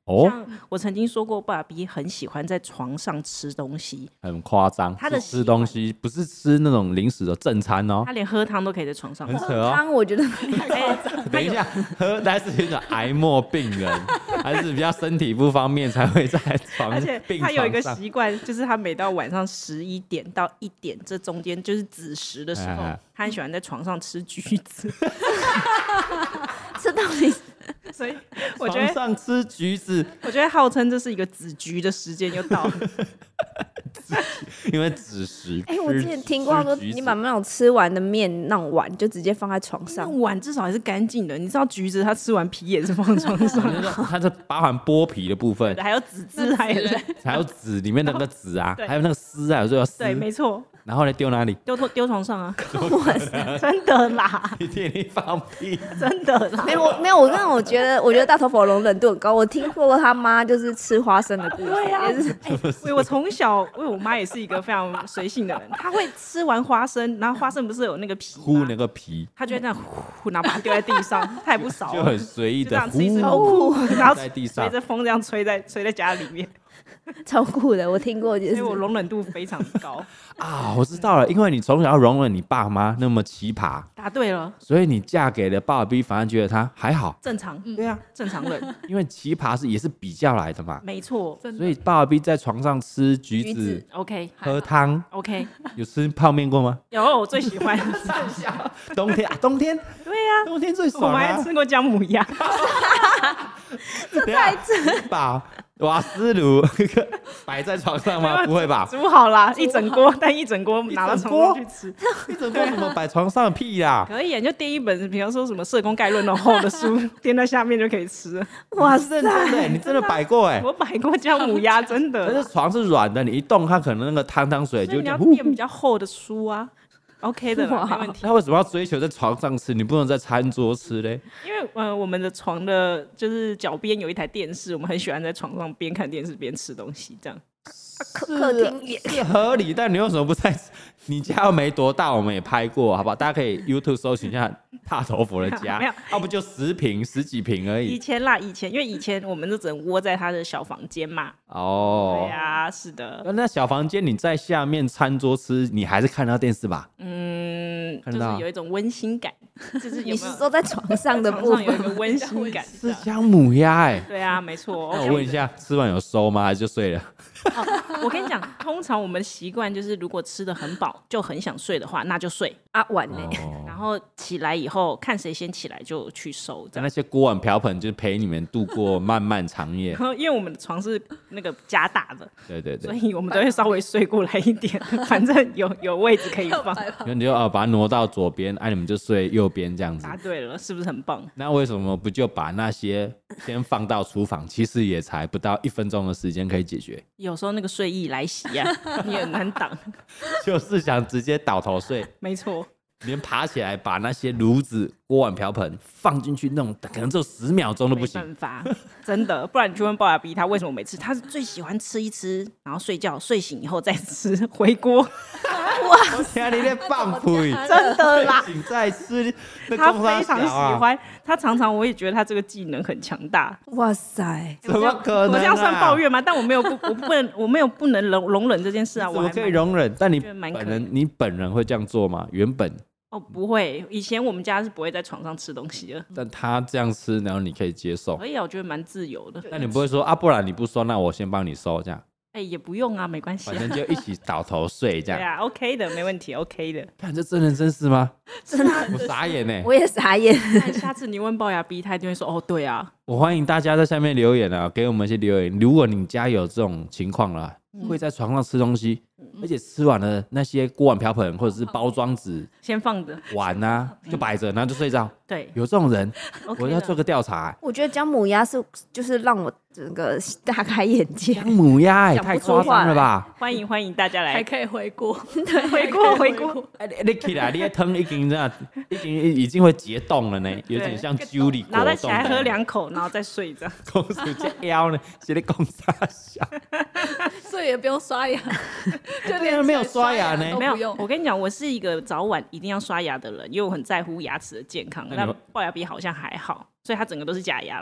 哦， 像我曾经说过，爸比很喜欢在床上吃东西， 很夸张。 他的是吃东西不是吃那种零食的正餐哦他，连喝汤都可以在床上喝。 很扯哦。 汤我觉得哎等一下，喝还是那种癌末病人，还是比较身体不方便才会在床而且病他有一个床上。 习惯，就是他每到晚上十一点到一点这中间就是子时的时候哎哎， 他很喜欢在床上吃橘子， 这到底所以我觉得床上吃橘子， 我觉得号称这是一个子橘的时间又到了。 因为子时。 哎、我之前听过他说， 吃橘子你把那种吃完的面那种碗就直接放在床那上， 碗至少还是干净的，你知道橘子它吃完皮也是放在床上那个它是包含剥皮的部分， 还有籽汁还有还有籽里面的那个籽啊， 对还有那个丝啊，有时候要丝。 对，没错， 然后呢，丢哪里？ 丢丢床上啊，真的啦， 你天天放屁。 真的啦没。有我没有，我跟我觉得，我觉得大头佛容忍度很高。我听说过他妈就是吃花生的故事， 对啊也是我我从小，因为我妈也是一个非常随性的人，她会吃完花生，然后花生不是有那个皮吗呼那？个皮， 她就会这样呼，然后把它丢在地上，她也不扫， 就很随意就这的样吃一吃， 呼呼，然后在地上随着风这样吹在吹在家里面， 超酷的。我听过，就是所以我容忍度非常高。 啊！我知道了，因为你从小要容忍你爸妈那么奇葩， 答对了， 所以你嫁给了爸爸 B，反而觉得他还好。 正常， 对啊， 正常人， 因为奇葩是也是比较来的嘛， 没错。 所以爸爸 B 在床上吃橘子橘子、 OK 喝汤， OK， 有吃泡面过吗？ 有我最喜欢， 冬天啊，冬天， 对呀， 冬天最我爽啊！ 们还吃过姜母鸭， 这太真把瓦斯炉摆在床上吗？不会吧？ 煮好啦，一整锅，但一整锅拿到床上去吃。 一整锅怎么摆床上？屁呀！ 可以啊，你就垫一本，比方说什么《社工概论》那种厚的书，垫在下面就可以吃了。 哇，是认真的，你真的摆过哎。 我摆过姜母鸭，真可的。 是床是软的，你一动它可能那个汤汤水所以你要就这样垫比较厚的书啊，OK 的啦，没问题。 他为什么要追求在床上吃？你不能在餐桌吃嘞？ 因为呃，我们的床的就是脚边有一台电视，我们很喜欢在床上边看电视边吃东西，这样。 客客厅也是合理，但你为什么不在？你家又没多大，我们也拍过，好不好？大家可以 YouTube 搜寻一下大头佛的家， 没有要不就十平十几平而以已。 前啦，以前因为以前我们都只能窝在他的小房间嘛。 哦对，呀、是的， 那小房间你在下面餐桌吃，你还是看得到电视吧？ 嗯，就是看得到有一种温馨感，就是有没有你是说在床上的床部分？ 上有一个温馨感？ 是姜母鸭哎。 对啊，没错。 那我问一下，吃完有收吗？还是就睡了？ 我跟你讲，通常我们习惯就是，如果吃的很饱，就很想睡的话，那就睡。 啊，晚呢？ 然后起来以后，看谁先起来就去收。这样。 那些锅碗瓢盆就陪你们度过漫漫长夜然。后，因为我们的床是那个加大的， 对对所对， 以我们都会稍微睡过来一点，反正有有位置可以放。 然后你就哦把它挪到左边，哎、啊，你们就睡右边这样子答。对了，是不是很棒？ 那为什么不就把那些先放到厨房？其实也才不到一分钟的时间可以解决， 有时候那个睡意来袭呀、你很难挡。 就是想直接倒头睡， 没错， 连爬起来把那些炉子、锅碗瓢盆放进去那种，可能只有十秒钟都不没行。 办法，真的。不然你去问龅牙逼他为什么每次他是最喜欢吃一吃，然后睡觉，睡醒以后再吃回锅， 我天，你在放屁！ 真的啦。 醒再吃，那他公差非常喜小啊， 欢，他常常我也觉得他这个技能很强大。 哇塞！ 怎么可能、啊？ 我这样算抱怨吗？但我没有不，我不能，我没有不能容容忍这件事啊。 怎么可以我还蛮容忍？但你觉得蛮可本人，你本人会这样做吗？原本， 哦，不会，以前我们家是不会在床上吃东西的。 但他这样吃，然后你可以接受， 可以啊，我觉得蛮自由的。 那你不会说啊，不然你不收，那我先帮你收，这样， 哎、也不用啊，没关系、啊。 反正就一起倒头睡这样。 对啊，OK 的，没问题，OK 的。 看这真人真事吗？真的，我傻眼呢。 我也傻眼。 那下次你问龅牙逼，他一定会说：“哦，对啊， 我欢迎大家在下面留言啊，给我们一些留言。如果你家有这种情况啦，会在床上吃东西，而且吃完了那些锅碗瓢盆或者是包装纸先放着。 碗啊，就摆着，然后就睡觉。 对有这种人， ，OK 的我要做个调查。 我觉得姜母鸭是就是让我整个大开眼界。 姜母鸭也太讲不出夸张了吧！ 欢迎欢迎大家来还可以回锅， 回锅回锅。 哎，你你起来，你的汤已经这样，已经已经会结冻了呢，有点像酒里果冻。 然后再起来喝两口，然后再睡着。 公主这腰呢，是在公啥小？ 所以也不用刷牙，就对啊没有刷牙呢没有都不用，。 我跟你讲，我是一个早晚一定要刷牙的人，因为我很在乎牙齿的健康。那那你们龅牙逼好像还好，所以他整个都是假牙了。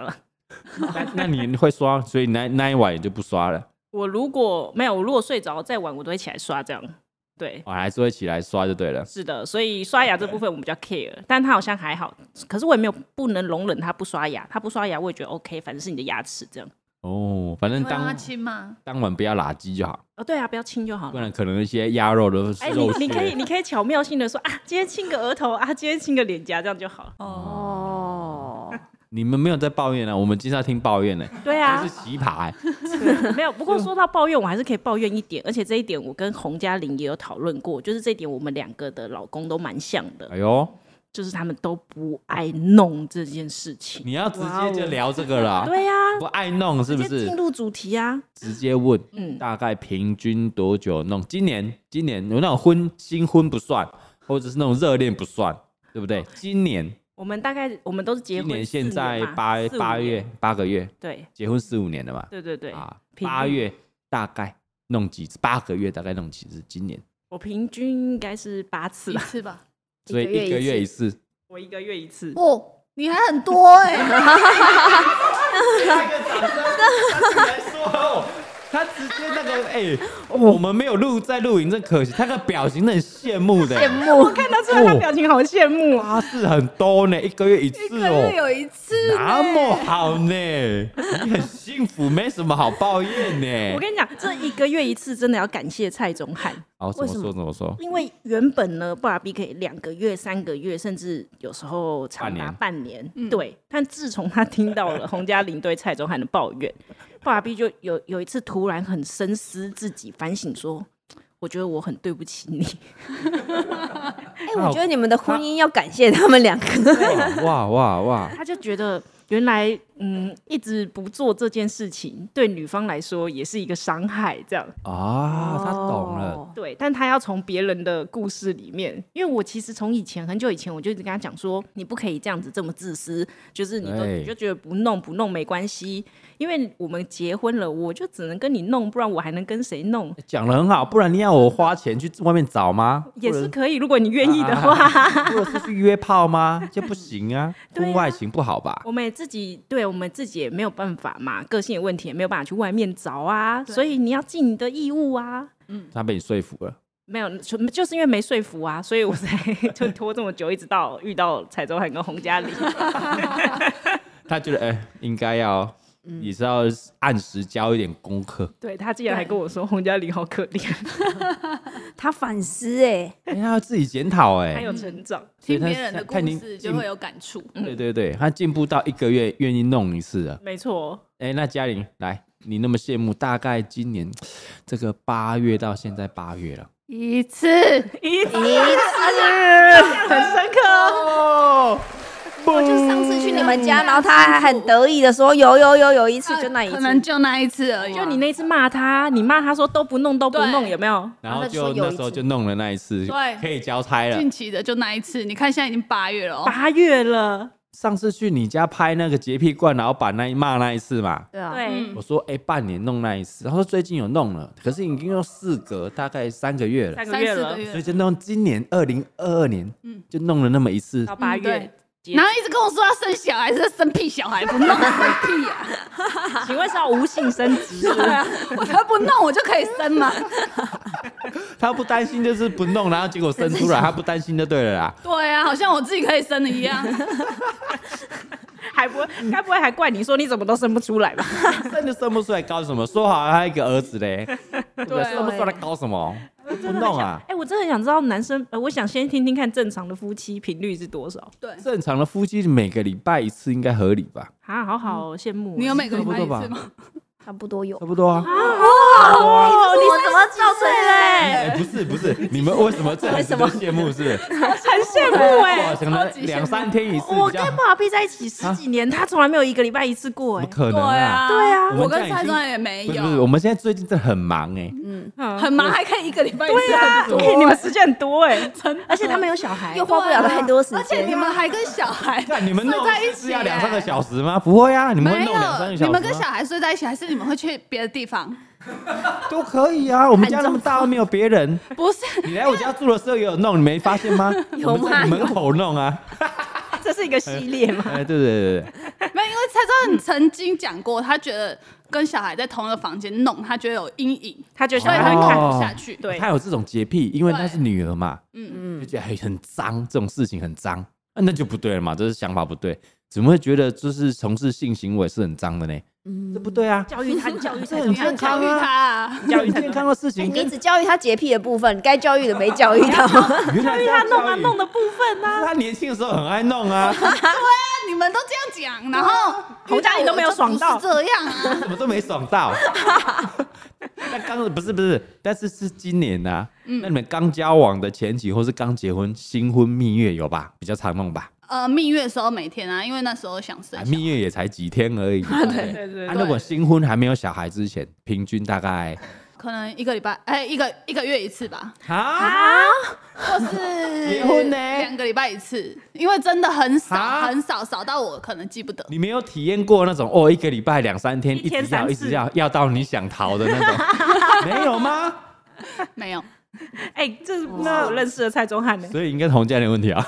那那你会刷，所以那那一晚也就不刷了。 我如果没有，我如果睡着再晚，我都会起来刷这样。对， 我还是会起来刷就对了。 是的，所以刷牙这部分我比较 care， 但他好像还好，可是我也没有不能容忍他不刷牙，他不刷牙我也觉得 OK， 反正是你的牙齿这样。 哦，反正你会让他当亲吗？ 当晚不要拉鸡就好， 哦，对啊，不要亲就好了。 不然可能一些鸭肉的哎、 肉你你可以屑。 你可以巧妙性的说啊，今天亲个额头啊，今天亲个脸颊，这样就好了。 哦， 你们没有在抱怨啊，我们今天要听抱怨呢、这对啊是，奇葩、欸。 没有。不过说到抱怨，我还是可以抱怨一点，而且这一点我跟洪嘉玲也有讨论过，就是这一点我们两个的老公都蛮像的， 哎呦， 就是他们都不爱弄这件事情。 你要直接就聊这个了， 对呀、 不爱弄是不直接是进？入主题啊。 直接问， 嗯大概平均多久弄？今年今年有那种婚新婚不算，或者是那种热恋不算，对不对？今年我们大概我们都是结婚今年四年嘛， 现在八四五年八月八个月， 对结婚四五年了嘛？ 对对对， 啊， 平均八月大概弄几次？八个月大概弄几次？今年， 我平均应该是八次一吧， 次吧。 所以一个月一次。 我一个月一次。 哦，你还很多哎、 来说，他直接那个哎、我们没有录在录影，真可惜。他的表情真的很羡慕的、 羡慕， 看得出来他表情好羡慕啊！ 八次很多呢，一个月一次一个哦、 月有一次呢， 那么好呢，你很幸福，没什么好抱怨呢。 我跟你讲，这一个月一次真的要感谢蔡宗翰， 好，怎么说怎么说？ 因为原本呢，爸比可以两个月、三个月，甚至有时候长达半年。对，但自从他听到了洪嘉玲对蔡宗翰的抱怨，爸比就有有一次突然很深思自己，反省说：“我觉得我很对不起你。 哎，我觉得你们的婚姻要感谢他们两个。 哇哇哇”！ 他就觉得原来，嗯，一直不做这件事情，对女方来说也是一个伤害，这样。 啊，他懂了。 哦。 对，但他要从别人的故事里面，因为我其实从以前很久以前，我就一直跟他讲说，你不可以这样子这么自私，就是你都对你就觉得不弄不弄没关系，因为我们结婚了，我就只能跟你弄，不然我还能跟谁弄？ 讲得很好，不然你要我花钱去外面找吗？ 也或者是可以，如果你愿意的话。 或者是去约炮吗？就不行啊， 对啊婚外情不好吧？ 我们也自己，对我们自己也没有办法嘛，个性有问题，也没有办法去外面找啊，所以你要尽你的义务啊。 他被你说服了。 没有，就就是因为没说服啊，所以我才就拖这么久，一直到遇到蔡宗翰跟洪嘉玲。 他觉得哎、应该要也是要按时交一点功课。 对他竟然还跟我说洪嘉玲好可怜， 他反思哎， 哎、他要自己检讨哎还，有成长。 听所以他别人的故他已经事就会有感触。 对对对，他进步到一个月愿意弄一次了。 没错， 哎、那嘉玲来，你那么羡慕，大概今年这个八月到现在八月了。 一次， 一次一次， 很深刻哦。 哦， 我就上次去你们家，然后他还很得意的说，有有有有一次就那一可能次， 就那一次而已。 就你那次骂他，你骂他说都不弄都不弄， 对有没有？ 然后他就那时候说有一次就弄了那一次， 对可以交差了。 近期的就那一次，你看现在已经八月了哦。 八月了， 上次去你家拍那个洁癖罐老板那一骂那一次嘛， 对啊， 对嗯， 我说哎、半年弄那一次，他说最近有弄了，可是已经用事隔大概三个月了， 三个月了三四个，月所以就弄今年二零二二年， 嗯就弄了那么一次。 到八月嗯对。 结然后一直跟我说要生小孩，是生屁小孩，不弄生屁呀、 请问是要无性生殖是不对是？ 啊，我才不弄，我就可以生嘛。 他不担心就是不弄，然后结果生出来，他不担心就对了啦。 对啊，好像我自己可以生的一样。 还不会，该不会还怪你说你怎么都生不出来吧？ 生就生不出来，搞什么？说好还有一个儿子嘞，对不对？ 对生不出来搞什么？不弄啊！ 哎、我真的很想知道男生，呃，我想先听听看正常的夫妻频率是多少对， 正常的夫妻每个礼拜一次应该合理吧？ 啊？好好羡慕哦、 你有每个礼拜一差不多吧次吗？ 差不多有差。不多啊。 哦，你我怎么造成对哎，不是不是，你们为什么这样子都羡慕？是不是？ 很羡慕哎、 哇，可能两三天一次我比较跟爸比在一起十几年，他从来没有一个礼拜一次过哎、 怎么可对能啊？ 啊， 对啊我跟我们这样已经蔡庄也没不是不是， 有， 我们现在最近真的很忙哎。 嗯很忙还可以一个礼拜一次， 对啊， 很多对，你们时间很多哎、而且他们有小孩， 又花不了太多时而且你间。 们还跟小孩看你们弄睡在一起是要两三个欸小时吗？不会啊，你们会没弄两三个小时吗？ 有，你们跟小孩睡在一起，还是你们会去别的地方？ 都可以啊，我们家那么大，又没有别人。 不是， 你来我家住的时候也有弄，你没发现吗？ 有吗我们在你门口弄啊。 这是一个系列嘛？ 哎，对对对对， 没有，因为蔡宗翰曾经讲过，他觉得跟小孩在同一个房间弄，他觉得有阴影， 他就所以想看他看不下去。 对， 他有这种洁癖，因为那是女儿嘛， 嗯， 就觉得很很脏，这种事情很脏，啊那就不对了嘛，这是想法不对，怎么会觉得就是从事性行为是很脏的呢？ 嗯这不对啊， 教育他，教育这很你要教育他啊。 教育他很健康的事哎情， 你只教育他洁癖的部分，该教育的没教育到。 原来教育他弄啊弄的部分呢、 他年轻的时候很爱弄啊， 你们都这样讲，然后洪嘉玲都没有爽到遇到我就不是这样啊。 怎么都没爽到。那刚不是不是，但是是今年呐、啊， 嗯那你们刚交往的前期或是刚结婚新婚蜜月有吧？比较常弄吧？ 呃，蜜月的时候每天啊，因为那时候想生啊， 小孩。 蜜月也才几天而已。 对对对对啊，如果新婚还没有小孩之前，平均大概可能一个礼拜，哎，一个一个月一次吧， 啊， 或是结婚呢两个礼拜一次，因为真的很少啊很少，少到我可能记不得。 你没有体验过那种哦，一个礼拜两三天， 一天一直要三次一直要要到你想逃的那种，没有吗？ 没有， 哎、这不是我认识的蔡宗翰呢。 所以应该是洪家的问题啊。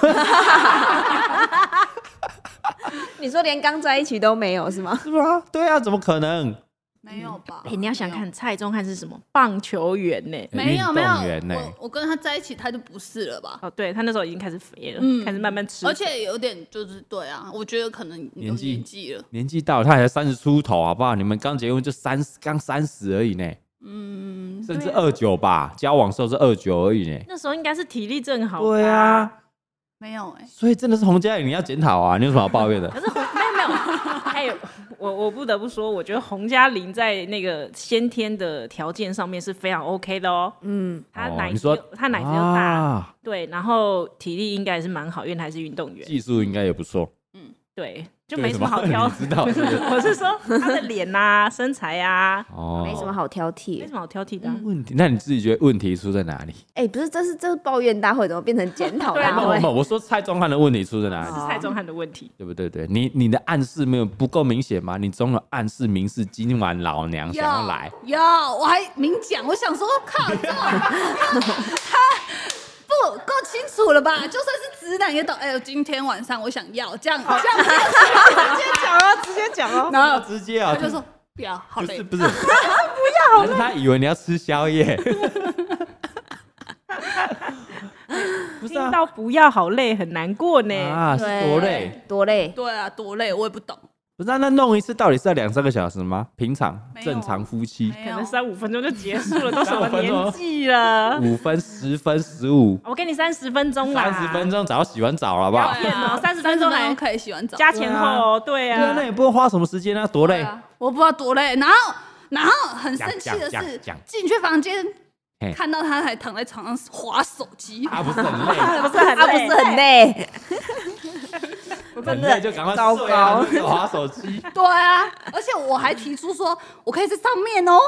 你说连刚在一起都没有是吗？ 是吧？对啊，怎么可能？ 没有吧？ 哎、你要想看蔡宗翰是什么棒球员呢？ 运没有没有动员呢我我跟他在一起，他就不是了吧？ 哦，对他那时候已经开始肥了， 嗯开始慢慢吃， 而且有点就是对啊，我觉得可能有年纪年纪了。 年纪到了，他才三十出头，好不好？你们刚结婚就三十，刚三十而已呢， 嗯， 甚至二九吧，交往时候是二九而已呢。 那时候应该是体力正好。 对，啊， 没有哎、 所以真的是洪嘉玲，你要检讨啊，你有什么好抱怨的？ 可是洪没有没有，还有我我不得不说，我觉得洪嘉玲在那个先天的条件上面是非常 OK 的哦。 嗯， 她奶子哦你说又她奶子又大， 啊， 对，然后体力应该也是蛮好，因为她还是运动员， 技术应该也不错， 对，就对没什么好挑。 你知道是不是我是说她的脸呐、身材啊， 哦， 没什么好挑没剔什。么好挑剔的啊、 问题。那你自己觉得问题出在哪里？ 哎、不是，这是这是抱怨大会，怎么变成检讨对啊大会不不？不，我说蔡宗翰的问题出在哪里？ 是蔡宗翰的问题。 对不对？对，你你的暗示没有不够明显吗？你总有暗示明示今晚老娘想要来， 有，我还明讲，我想说，靠，这他不够清楚了吧？就算是直男也懂。哎、呦，今天晚上我想要这样，这样， 直接讲哦，直接讲哦。 然后直接啊， 他就说不要，好累不是。不是，不要，是他以为你要吃宵夜。不是啊， 听到不要好累，很难过呢。 啊是对多累。 多累。 对啊，多累，我也不懂。 不是啊，那弄一次到底是要两三个小时吗？平常没有正常夫妻没有可能，三五分钟就结束了，都什么三五分钟年纪了？ 五分、十分、十五、 我给你三十分钟啦， 三十分钟，早要洗完澡了，好不好？ 骗哦30分分钟还可以洗完澡。 加前后哦，对对啊， 啊那，也不会花什么时间啊，多累对。啊，我不知道多累。然后，然后很生气的是讲讲讲， 进去房间嘿看到他还躺在床上划手机。 啊，不是很累， 不是很他不是很累， 很累就赶快糟睡啊， 糕就滑手机。 对啊，而且我还提出说，我可以在上面哦。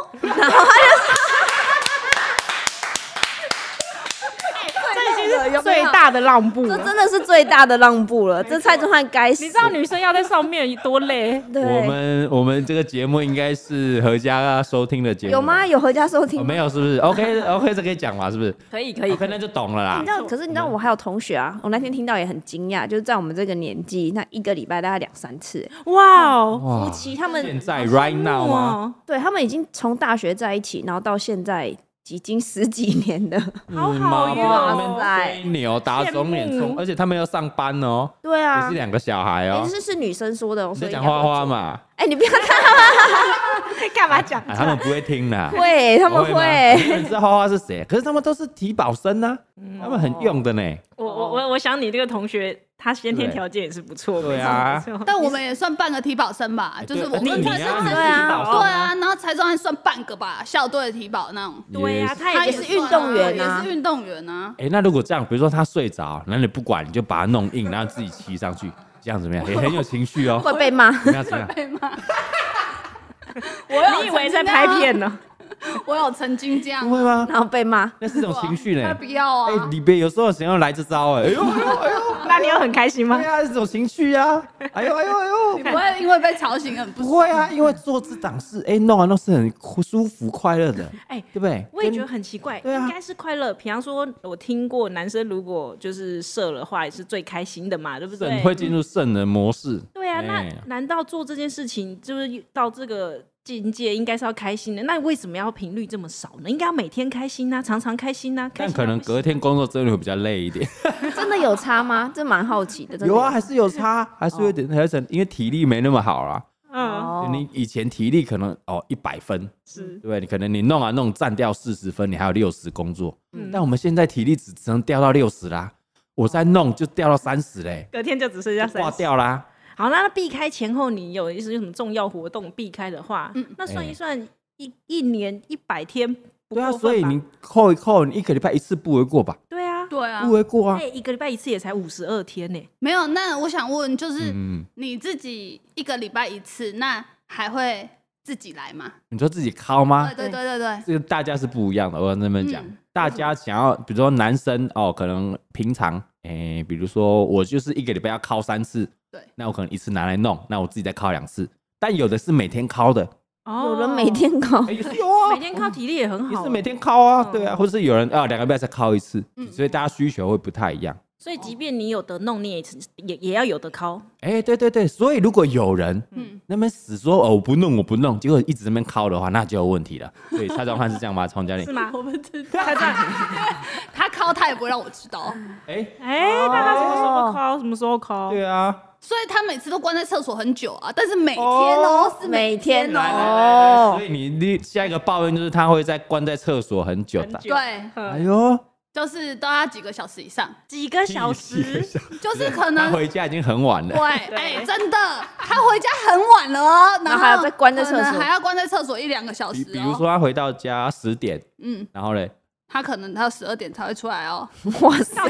这已经是最大的让步了。 这真的是最大的让步了。这蔡宗翰该死。 你知道女生要在上面多累？ 对我们我们这个节目应该是合家收听的节目， 有吗？？有合家收听哦， 吗？ 没有，是不是？OK OK，这可以讲嘛？是不是可以可以 ？OK，那就懂了啦你知。道，可是你知道，我还有同学啊，我那天听到也很惊讶，就是在我们这个年纪，那一个礼拜大概两三次， 哇哦， 哇夫妻他们现在 right now 吗？ 哇， 对他们已经从大学在一起，然后到现在已经十几年了。 好好嗯妈哟妈那边哇吹牛打肿脸羡慕充，而且他们要上班哦，也对啊是，两个小孩也哦。 是是女生说的哦， 你在所以讲花花？嘛？ 哎，你不要看， 干嘛讲？ 啊他们不会听啦。 会他们吗会。 你知道花花是谁？可是他们都是体保生呐，他们很用的呢。 我我我我想你这个同学，他先天条件也是不错， 对啊没错没错但我们也算半个体保生吧，就是我你你跟蔡宗啊，你是翰， 体保生对啊，然后蔡宗翰算半个吧，校队的体保那种。 对呀，他他也是是运动员啊也是运动员啊。 哎、那如果这样，比如说他睡着，然后你不管，你就把他弄硬，然后自己骑上去，这样怎么样？也很有情绪哦。 会被骂。 怎么样？怎么样？ 被骂。 你以为在拍片呢？ 我有曾经这样不，会吗？ 然后被骂， 那是一种情绪呢。 他不要哎、 啊。 李别有时候想要来这招、哎，哎呦哎呦哎呦， 那你有很开心吗对？啊，这种情绪啊，哎呦哎呦哎呦， 你不会因为被吵醒很不不会啊，因为做这档事，哎，弄完弄是很舒服快乐的， 哎对不对？跟我也觉得很奇怪， 对啊应该是快乐。比方说，我听过男生如果就是射的话，也是最开心的嘛，对不对肾？会进入圣人模式。 对啊，那哎难道做这件事情就是到这个境界，应该是要开心的？那为什么要频率这么少呢？应该要每天开心啊，常常开心啊。开但心可能隔天工作真的会比较累一点。 真的有差吗？这蛮好奇的。真的有啊，还是有差，还是有点，还是因为体力没那么好啦。 嗯， 哦你以前体力可能哦一百分， 是对不对？你可能你弄啊弄占掉四十分，你还有六十工作。 嗯但我们现在体力只只能掉到六十啦，我再弄就掉到三十嘞， 隔天就只剩下就挂三十。 掉啦。 好，那避开前后，你有一些什么重要活动避开的话，那算一算一一年一百天不对啊， 过分吧所以你扣一扣，你一个礼拜一次不为过吧？ 对啊， 对啊不，为过啊哎、。一个礼拜一次也才五十二天呢、 没有。那我想问，就是嗯， 你自己一个礼拜一次，那还会自己来吗？ 你说自己敲吗？ 对对对对对， 这个大家是不一样的。我跟他们讲， 嗯大家想要，比如说男生哦，可能平常，诶、比如说我就是一个礼拜要敲三次， 对， 那我可能一次拿来弄，那我自己再敲两次。但有的是每天敲的， 哦有人每天考， 哎也是有啊， 每天靠体力也很好， 也是每天敲啊， 嗯对啊，或者是有人啊两个礼拜才敲一次， 嗯所以大家需求会不太一样。 所以即便你有得弄，你也也也要有得敲。 哎、对对对，所以如果有人嗯， 那边死说哦我不弄我不弄，结果一直在那边敲的话，那就有问题了。所以蔡宗翰是这样吗？洪嘉玲是？吗？ 我不知道， 他这样， 他敲他也不会让我知道， 哎、 哎、那他什么时候敲？什么时候敲？ 对啊， 所以他每次都关在厕所很久啊，但是每天哦、 哦是每天每天来来来哦来，所以你你下一个抱怨就是他会在关在厕所很久的。 很久对， 哎嗯呦， 就是都要几个小时以上， 几个小时， 就是可他能回家已经很晚对， 了。 哎、真的，他回家很晚了哦，然后然后还要再关在厕所可能还要关在厕所一两个小时、哦。 比比如，说他回到家十点， 嗯， 然后嘞， 他可能他十二点才会出来哦。 哇塞，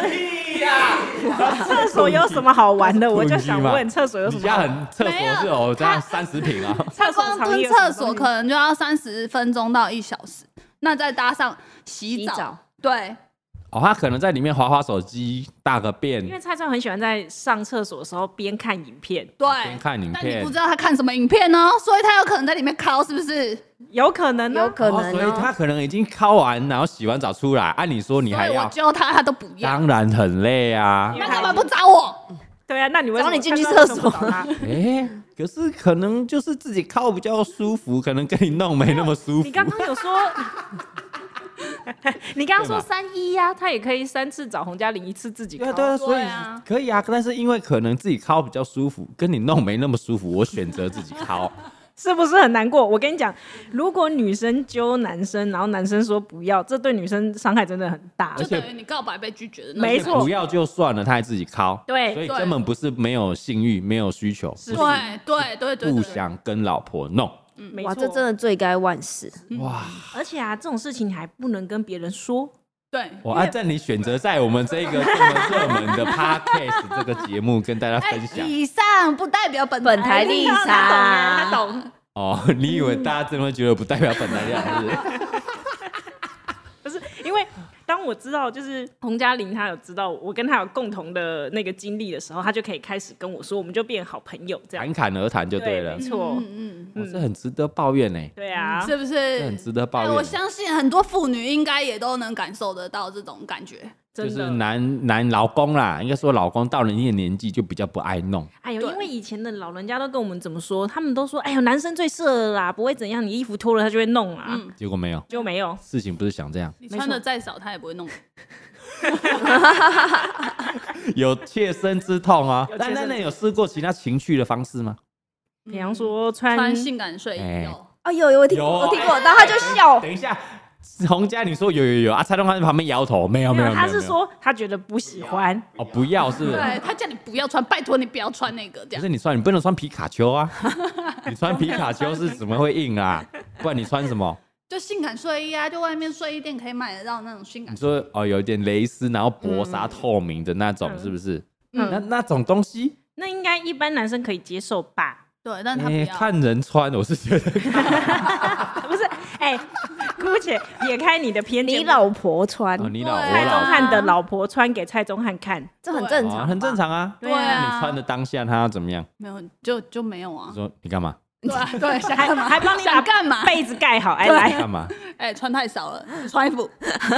厕所有什么好玩的？我就想困局问，厕所有什你家么好玩？ 很厕所没有是有这样他三十平啊？ 他光蹲常有什么厕所东西可能就要三十分钟到一小时，那再搭上洗澡， 洗澡对， 哦，他可能在里面滑滑手机，大个便， 因为蔡蔡很喜欢在上厕所的时候边看影片， 对， 边看影片但你不知道他看什么影片哦，所以他有可能在里面敲，是不是？ 有可能呢、 有可哦能哦。 所以他可能已经敲完，然后洗完澡出来，按理说你还所以我要， 教他，他都不要。 当然很累啊。 因为那干嘛不找我？ 对啊，那你为什么找你进去看到厕所为什么不找他哎、可是可能就是自己靠比较舒服，可能跟你弄没那么舒服。 你刚刚有说，你刚刚说对嘛三一呀，他也可以三次找洪嘉玲，一次自己敲。 对啊对啊，所以对啊可以啊。但是因为可能自己靠比较舒服，跟你弄没那么舒服，我选择自己靠。 是不是很难过？我跟你讲，如果女生揪男生，然后男生说不要，这对女生伤害真的很大而。且就等于你告白被拒绝的那种。 没错不要就算了，他还自己靠。 对所以对根本不是没有性欲，没有需求， 是对对对对不对， 想跟老婆弄。 哇， 没错， 这真的罪该万死。 哇！ 而且啊，这种事情你还不能跟别人说。 对。 我按照你选择在我们这个这么热门的 podcast 这个节目跟大家哎分享。 以上不代表本本台立场他懂。 哦，你以为大家真的会觉得不代表本来这样是不是？ 不是因为当我知道就是洪嘉玲她有知道我跟她有共同的那个经历的时候，她就可以开始跟我说，我们就变好朋友这样。 侃侃而谈就对了没，错， 嗯哦这很值得抱怨呢， 对啊， 是不这很是？ 值得抱怨。 哎我相信很多妇女应该也都能感受得到这种感觉。 就是真的。 男男老公啦，应该说老公到了一定的年纪就比较不爱弄， 哎呦， 对因为以前的老人家都跟我们怎么说，他们都说，哎呦，男生最适合啦，不会怎样，你衣服脱了他就会弄啦， 嗯， 结果没有， 就没有。 事情不是想这样， 你穿的再少，他也不会弄。 有切身之痛啊有。切身但那那有试过其他情趣的方式吗？ 比方说穿穿性感睡哎衣有， 哦，有有我听有我听过，然后他就笑， 等一下，洪嘉你说有有有啊，蔡东汉在旁边摇头，没有没有， 他没有没有是说他觉得不喜欢， 哦不要是不是？ 对他叫你不要穿，拜托你不要穿那个这样。 可是你穿，你不能穿皮卡丘啊！你穿皮卡丘是怎么会硬啊？不然你穿什么？ 就性感睡衣啊，就外面睡衣店可以买得到那种性感你睡衣。 说哦，有一点蕾丝，然后薄纱透明的那种， 嗯是不是？ 嗯那那种东西， 那应该一般男生可以接受吧？ 对，但他不哎， 要。 看人穿，我是觉得不是，哎、 姑且撇开你的偏见， 你老婆穿， 哦，你老对我蔡宗老翰的老婆穿给蔡宗翰看， 这很正常， 哦很正。常啊。 对啊， 你穿的当下他要怎么样？ 没有就就没有啊你。说你干嘛？ 对啊对，想还干嘛？ 还帮你把想干嘛？ 被子盖好，哎对来， 干嘛？ 哎，穿太少了，穿衣服。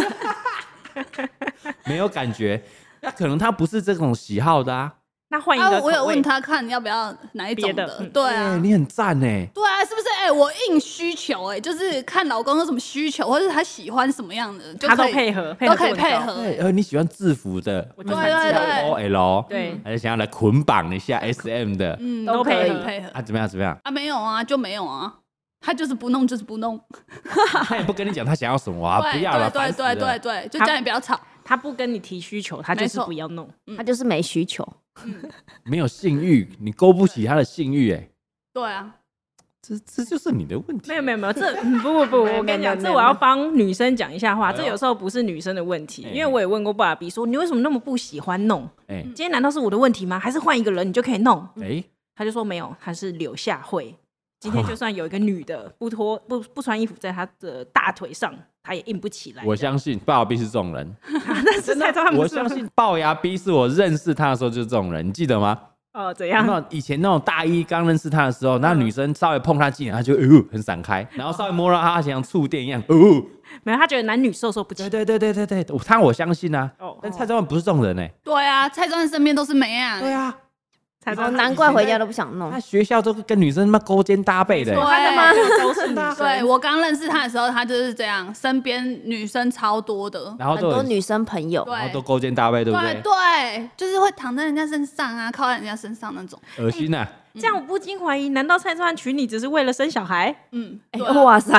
没有感觉，那可能他不是这种喜好的啊。 那换一啊个， 我有问，他看要不要哪一种别的嗯哎， 对啊。 你很赞哎。 对啊，是不是？哎、我硬需求、哎，就是看老公有什么需求，或者他喜欢什么样的，就他都可以配合， 都可以度很高。 配合、 对，呃，你喜欢制服的， 我就对对对 O L， 对还是想要来捆绑一下 S M 的嗯， 都都可以配合配合啊？怎么样？怎么样？ 啊？没有啊，就没有啊，他就是不弄，就是不弄。 他也不跟你讲他想要什么啊？ 对不要了， 对对对对对，就叫你不要吵。 他不跟你提需求，他就是没错不要弄。 他就是没需求。 没有性欲，你勾不起他的性欲，哎， 对啊， 这这就是你的问题。 没有没有没有，这嗯不不不， 没有我跟你讲， 没有没有这我要帮女生讲一下话， 哎呦这有时候不是女生的问题， 哎因为我也问过爸比说，你为什么那么不喜欢弄？ 哎今天难道是我的问题吗？还是换一个人你就可以弄？ 哎， 他就说没有，他是柳下惠。今天就算有一个女的不脱不不穿衣服在她的大腿上，她也硬不起来。 我相信鲍比是这种人， 那是蔡宗翰不是吗， 我相信龅牙 B 是我认识他的时候就是这种人，你记得吗？ 哦，怎样？ 那以前那种大一刚认识他的时候，那女生稍微碰他近，他就呃很闪开，然后稍微摸到他，像触电一样，哦， 没有，他觉得男女授受不亲对。对对对对对，他我相信啊哦， 但蔡宗翰不是这种人哎， 对啊，蔡庄身边都是妹啊。 对啊， 哦， 蔡宗翰难怪回家都不想弄他。学校都跟女生他妈勾肩搭背的对欸， 他的妈都是女生。 对我刚认识他的时候，他就是这样，身边女生超多的。 然后都有很多女生朋友， 对然后都勾肩搭背，对不对对？ 对，就是会躺在人家身上啊，靠在人家身上那种。 恶心呐！ 这样我不禁怀疑，难道蔡宗翰娶你只是为了生小孩？ 嗯， 哎对啊哇塞，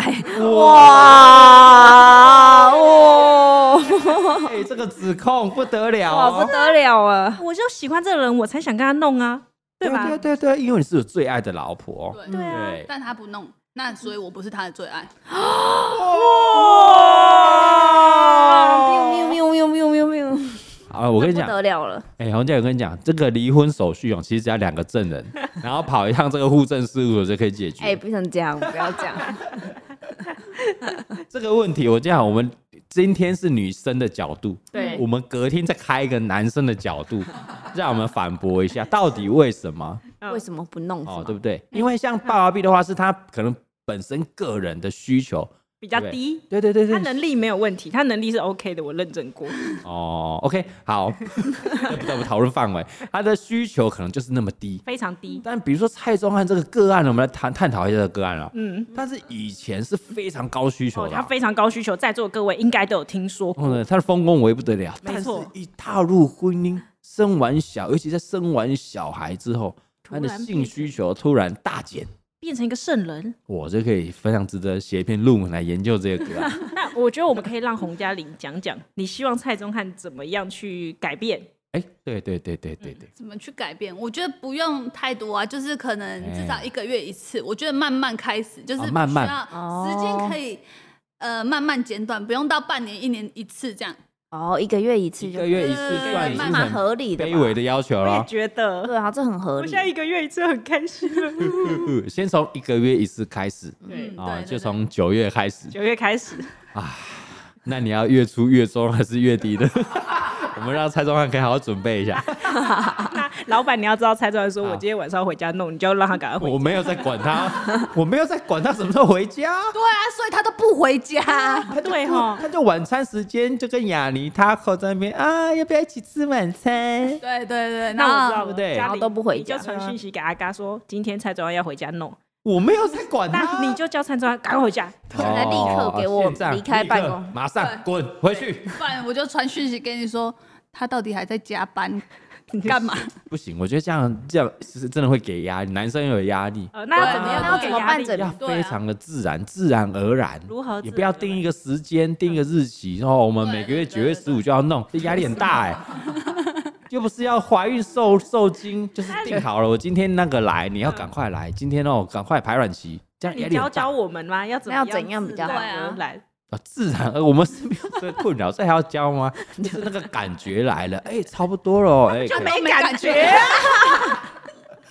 哇哇哎，这个指控不得了哇不哦！ 得了啊！ 我就喜欢这个人，我才想跟他弄啊，对吧？ 对对对，因为你是我最爱的老婆。 对对啊对， 但他不弄，那所以我不是他的最爱。 喵喵喵喵喵喵！ 好，我跟你讲不，得了了， 哎，洪姐，我跟你讲，这个离婚手续哦，其实只要两个证人，然后跑一趟这个户政事务所就可以解决。 哎，不能这样，不要这样。 这个问题，我讲，我们今天是女生的角度， 对我们隔天再开一个男生的角度，让我们反驳一下，到底为什么？ 嗯为什么不弄？是哦， 吗对不对？因为像爸爸币的话，是他可能本身个人的需求， 比较低。 对对对对， 他能力没有问题，他能力是 OK 的，我认证过。 哦，OK，好，这不在我们讨论范围，他的需求可能就是那么低。 非常低。 但比如说蔡宗翰这个个案呢，我们来谈探讨一下这个个案啊。 嗯， 但是以前是非常高需求哦， 的啊、 他非常高需求，在座各位应该都有听说过。 哦，他的丰功伟不得了，但是没错一踏入婚姻，生完小，尤其在生完小孩之后，他的突然性需求突然大减。 变成一个圣人。 我就可以非常值得写一篇论文来研究这个个案。 那我觉得我们可以让洪嘉玲讲讲，你希望蔡宗翰怎么样去改变？ 哎，对对对对对对， 怎么去改变？我觉得不用太多啊，就是可能至少一个月一次。我觉得慢慢开始，就是哦慢慢需要时间可以呃慢慢减短，不用到半年、一年一次这样。 哦，一个月一次就一个月一次对算已经蛮很合理的吧， 卑微的要求我也了。 觉得， 对啊，这很合理我现。在一个月一次很开心了。 先从一个月一次开始对嗯， 啊， 对就从九月开始。 九月开始， 那你要月初、月中还是月底的？我们让蔡宗翰可以好好准备一下。 那老板你要知道，蔡宗翰说我今天晚上要回家弄，你就要让他赶快回家。 我没有在管他，我没有在管他什么时候回家。 对啊，所以他都不回家。 他就对齁他就晚餐时间就跟雅尼他扣在那边啊，要不要一起吃晚餐？ 对对对， 那我知然后道了， 对不对嘉玲然后都不回你就家传讯息给阿嘎说，今天蔡宗翰要回家弄， 我没有在管他， 那你就叫蔡宗翰赶快回家。 现在立刻给我哦现在离开办公立刻马上滚回去。 不然我就传讯息给你说，他到底还在加班干嘛？ 不行，我觉得这样这样是真的会给压力，男生有压力， 呃，那要怎么样？ 对那要怎么办？ 怎怎要非常的自然，自然而然。 如何自然而然？ 也不要定一个时间，定一个日期，然后我们每个月对九月十五就要弄，这压力很大哎。又不是要怀孕受受精，就是定好了，我今天那个来，你要赶快来，今天哦赶快排卵期，这样压力很大你教教我们吗？要怎么那要怎样比较好自然而然？ 啊，自然而我们是没有这个困扰，这还要教吗？就是那个感觉来了，哎，差不多了，哎，可以就没没感感觉觉。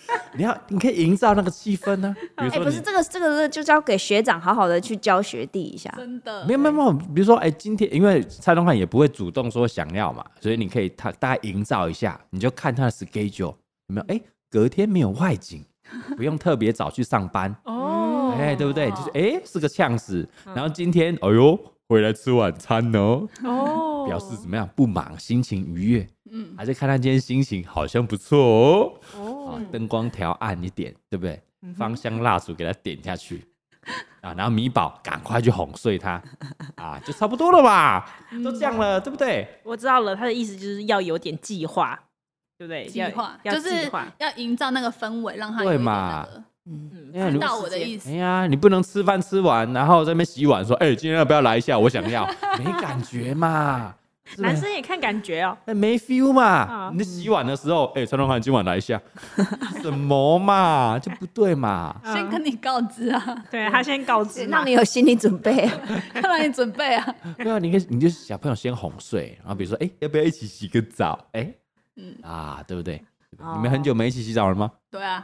你要你可以营造那个气氛呢、啊。比如哎、 说你不是这个这个就交给学长好好的去教学弟一下。 真的没有没有没有，比如说哎、今天因为蔡东汉也不会主动说想要嘛，所以你可以他大概营造一下，你就看他的 schedule 有没有哎、隔天没有外景，不用特别早去上班。 哦， 哎、对不对？就是哎、是个呛死。然后今天，哎呦，回来吃晚餐哦， 哦， 表示怎么样？不忙，心情愉悦。 嗯， 还是看他今天心情好像不错哦。 哦啊，灯光调暗一点，对不对？芳香蜡烛给他点下去。啊，然后米宝赶快去哄睡他，啊，就差不多了吧？都这样了，对不对？ 我知道了，他的意思就是要有点计划，对不对？ 计划要要就是计划要营造那个氛围，让他有对一点嘛那个嗯， 因为如果知道我的意思哎。呀，你不能吃饭吃完，然后在那边洗碗，说，哎、今天要不要来一下？我想要，没感觉嘛。是不是男生也看感觉哦。 哎没 feel 嘛啊？ 你在洗碗的时候，哎、陈东汉今晚来一下，什么嘛？就不对嘛？ 先跟你告知啊， 对他先告知嘛， 让你有心理准备。 让你准备啊。 对啊，你可以，你就小朋友先哄睡，然后比如说，哎、要不要一起洗个澡？哎、 嗯啊，对不对？ 哦你们很久没一起洗澡了吗？ 对啊，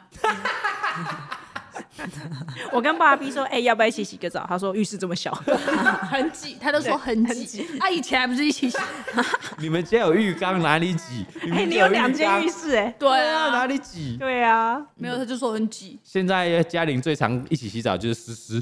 我跟爸比说，哎、要不要一起洗个澡？他说浴室这么小， 很挤，他都说很挤。啊，以前还不是一起洗？ 你们家有浴缸哪里挤？你哎、 们家你有两浴缸间浴室哎、 对对啊， 啊， 哪里挤？ 对啊， 没有，他就说很挤。 现在嘉玲最常一起洗澡就是思思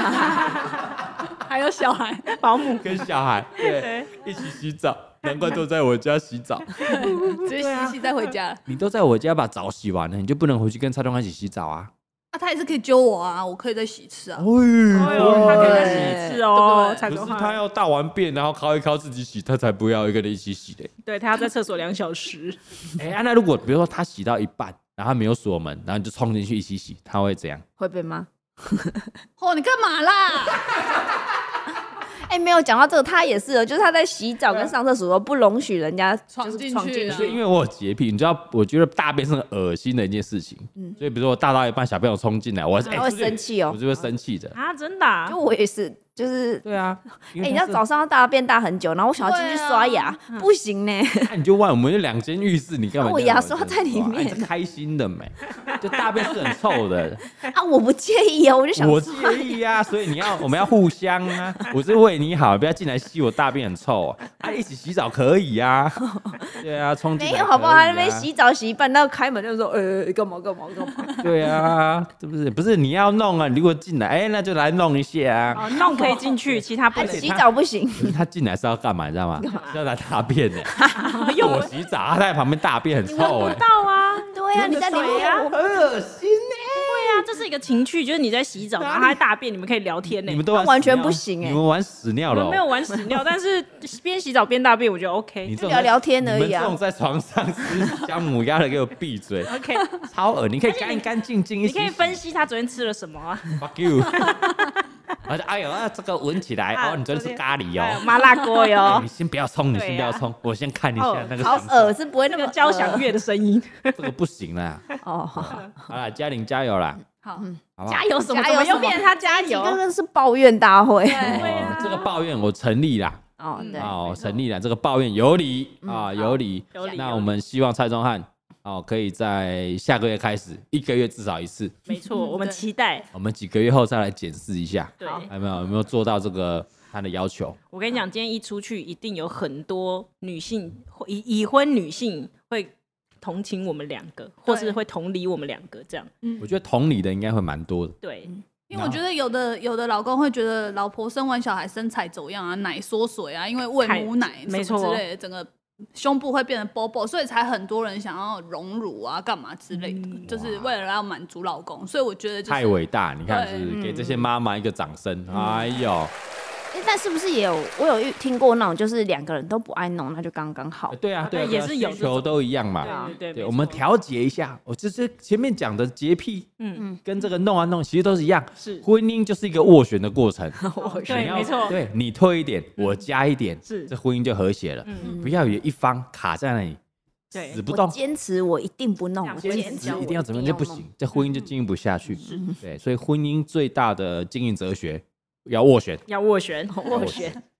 还有小孩， 保姆跟小孩，对，一起洗澡，难怪都在我家洗澡。 直接洗一洗再回家。 你都在我家把澡洗完了，你就不能回去跟蔡东汉一起洗澡啊？ 啊，他也是可以揪我啊，我可以再洗一次啊。 哎呦，他可以再洗对一次哦， 对才可是他要大完便，然后敲一敲自己洗，他才不要一个人一起洗嘞。 对他要在厕所两小时， 哎、啊那如果比如说他洗到一半，然后他没有锁门，然后你就冲进去一起洗，他会怎样？ 会被骂。 哦，你干嘛啦？ 哎、没有讲到这个，他也是的，就是他在洗澡跟上厕所都不容许人家就是闯进去啊闯进去。 是因为我有洁癖，你知道，我觉得大便是很恶心的一件事情。所以比如说我大到一半，小朋友冲进来，我还是哎他会出去生气哦我就会生气的。 啊，真的、啊就，我也是，就是对啊， 哎、 因为他是你知道早上要大便大很久，然后我想要进去刷牙，不行呢。 那你就问我们有两间浴室，你干嘛？ 啊我牙刷在里面哎这开心的没？就大便是很臭的， 啊，我不介意哦，我就想我说介意啊，所以你要我们要互相啊，我是为你好，不要进来吸我大便很臭啊，啊一起洗澡可以啊，对啊，冲进来没有好不好？ 可以啊他那边洗澡洗一半，然后开门就说呃干嘛干嘛干嘛。 对啊，是不是？不是你要弄啊，你如果进来，哎，那就来弄一下啊。 哦，弄可以进去，其他不啊， 能。 洗澡不行。 可是他进来是要干嘛？你知道吗？是要来大便的。 用我洗澡，他在旁边大便很臭哎。 到啊， 对呀、啊，你在里面啊很恶心呢。 对啊，这是一个情趣，就是你在洗澡，然后他在大便，你们可以聊天呢、 你们都玩完全屎尿不行哎你们玩屎尿了哦？ 我们没有玩屎尿，但是边洗澡边大便，我觉得 OK。 你这种聊聊天而已啊你们这种在床上吃姜母鸭的，给我闭嘴！ OK， 超恶，你可以干干净净一起洗。 你可以分析他昨天吃了什么啊？ fuck you。而且哎呦，啊这个闻起来啊哦，你昨天吃咖喱哦。 哎麻辣锅哎哟你，先不要冲，你对啊先不要冲，我先看一哦下那个好享受恶，是不会那么那个交响乐的声音， 这个不行啦。 哦。 好啦，嘉玲加油啦， 好， 好不好？ 加油什么？ 加油什么怎么又变成他加油？ 刚刚是抱怨大会。 对啊哦，这个抱怨我成立啦， 哦，对， 哦，成立了，这个抱怨有理啊，有理。 有理那我们希望蔡宗翰哦，可以在下个月开始，一个月至少一次， 没错，我们对期待。 我们几个月后再来检视一下， 对， 好有没有有没有做到这个他的要求？ 我跟你讲，今天一出去，一定有很多女性已已婚女性会同情我们两个，或是会同理我们两个这样。 我觉得同理的应该会蛮多的。 对， 因为我觉得有的有的老公会觉得老婆生完小孩身材走样啊，奶缩水啊，因为喂母奶没什么错之类的，整个胸部会变成 bobo，所以才很多人想要荣辱啊，干嘛之类的，就是为了要满足老公。所以我觉得就是太伟大，你看对是给这些妈妈一个掌声。哎呦， 哎但是不是也有我有遇听过那种，就是两个人都不爱弄，那就刚刚好。 对啊，对啊， 对也是有需求都一样嘛。 对对对， 对， 没错我们调节一下。我这这前面讲的洁癖嗯跟这个弄啊弄，其实都是一样。 是婚姻就是一个斡旋的过程。 对， 你要没错， 对你退一点，我加一点， 是这婚姻就和谐了。 嗯， 不要有一方卡在那里对死不动我，坚持我一定不弄， 这样我坚持持我一定要怎么样就不行，这嗯婚姻就经营不下去。对，所以婚姻最大的经营哲学要斡旋， 要斡旋， 我选。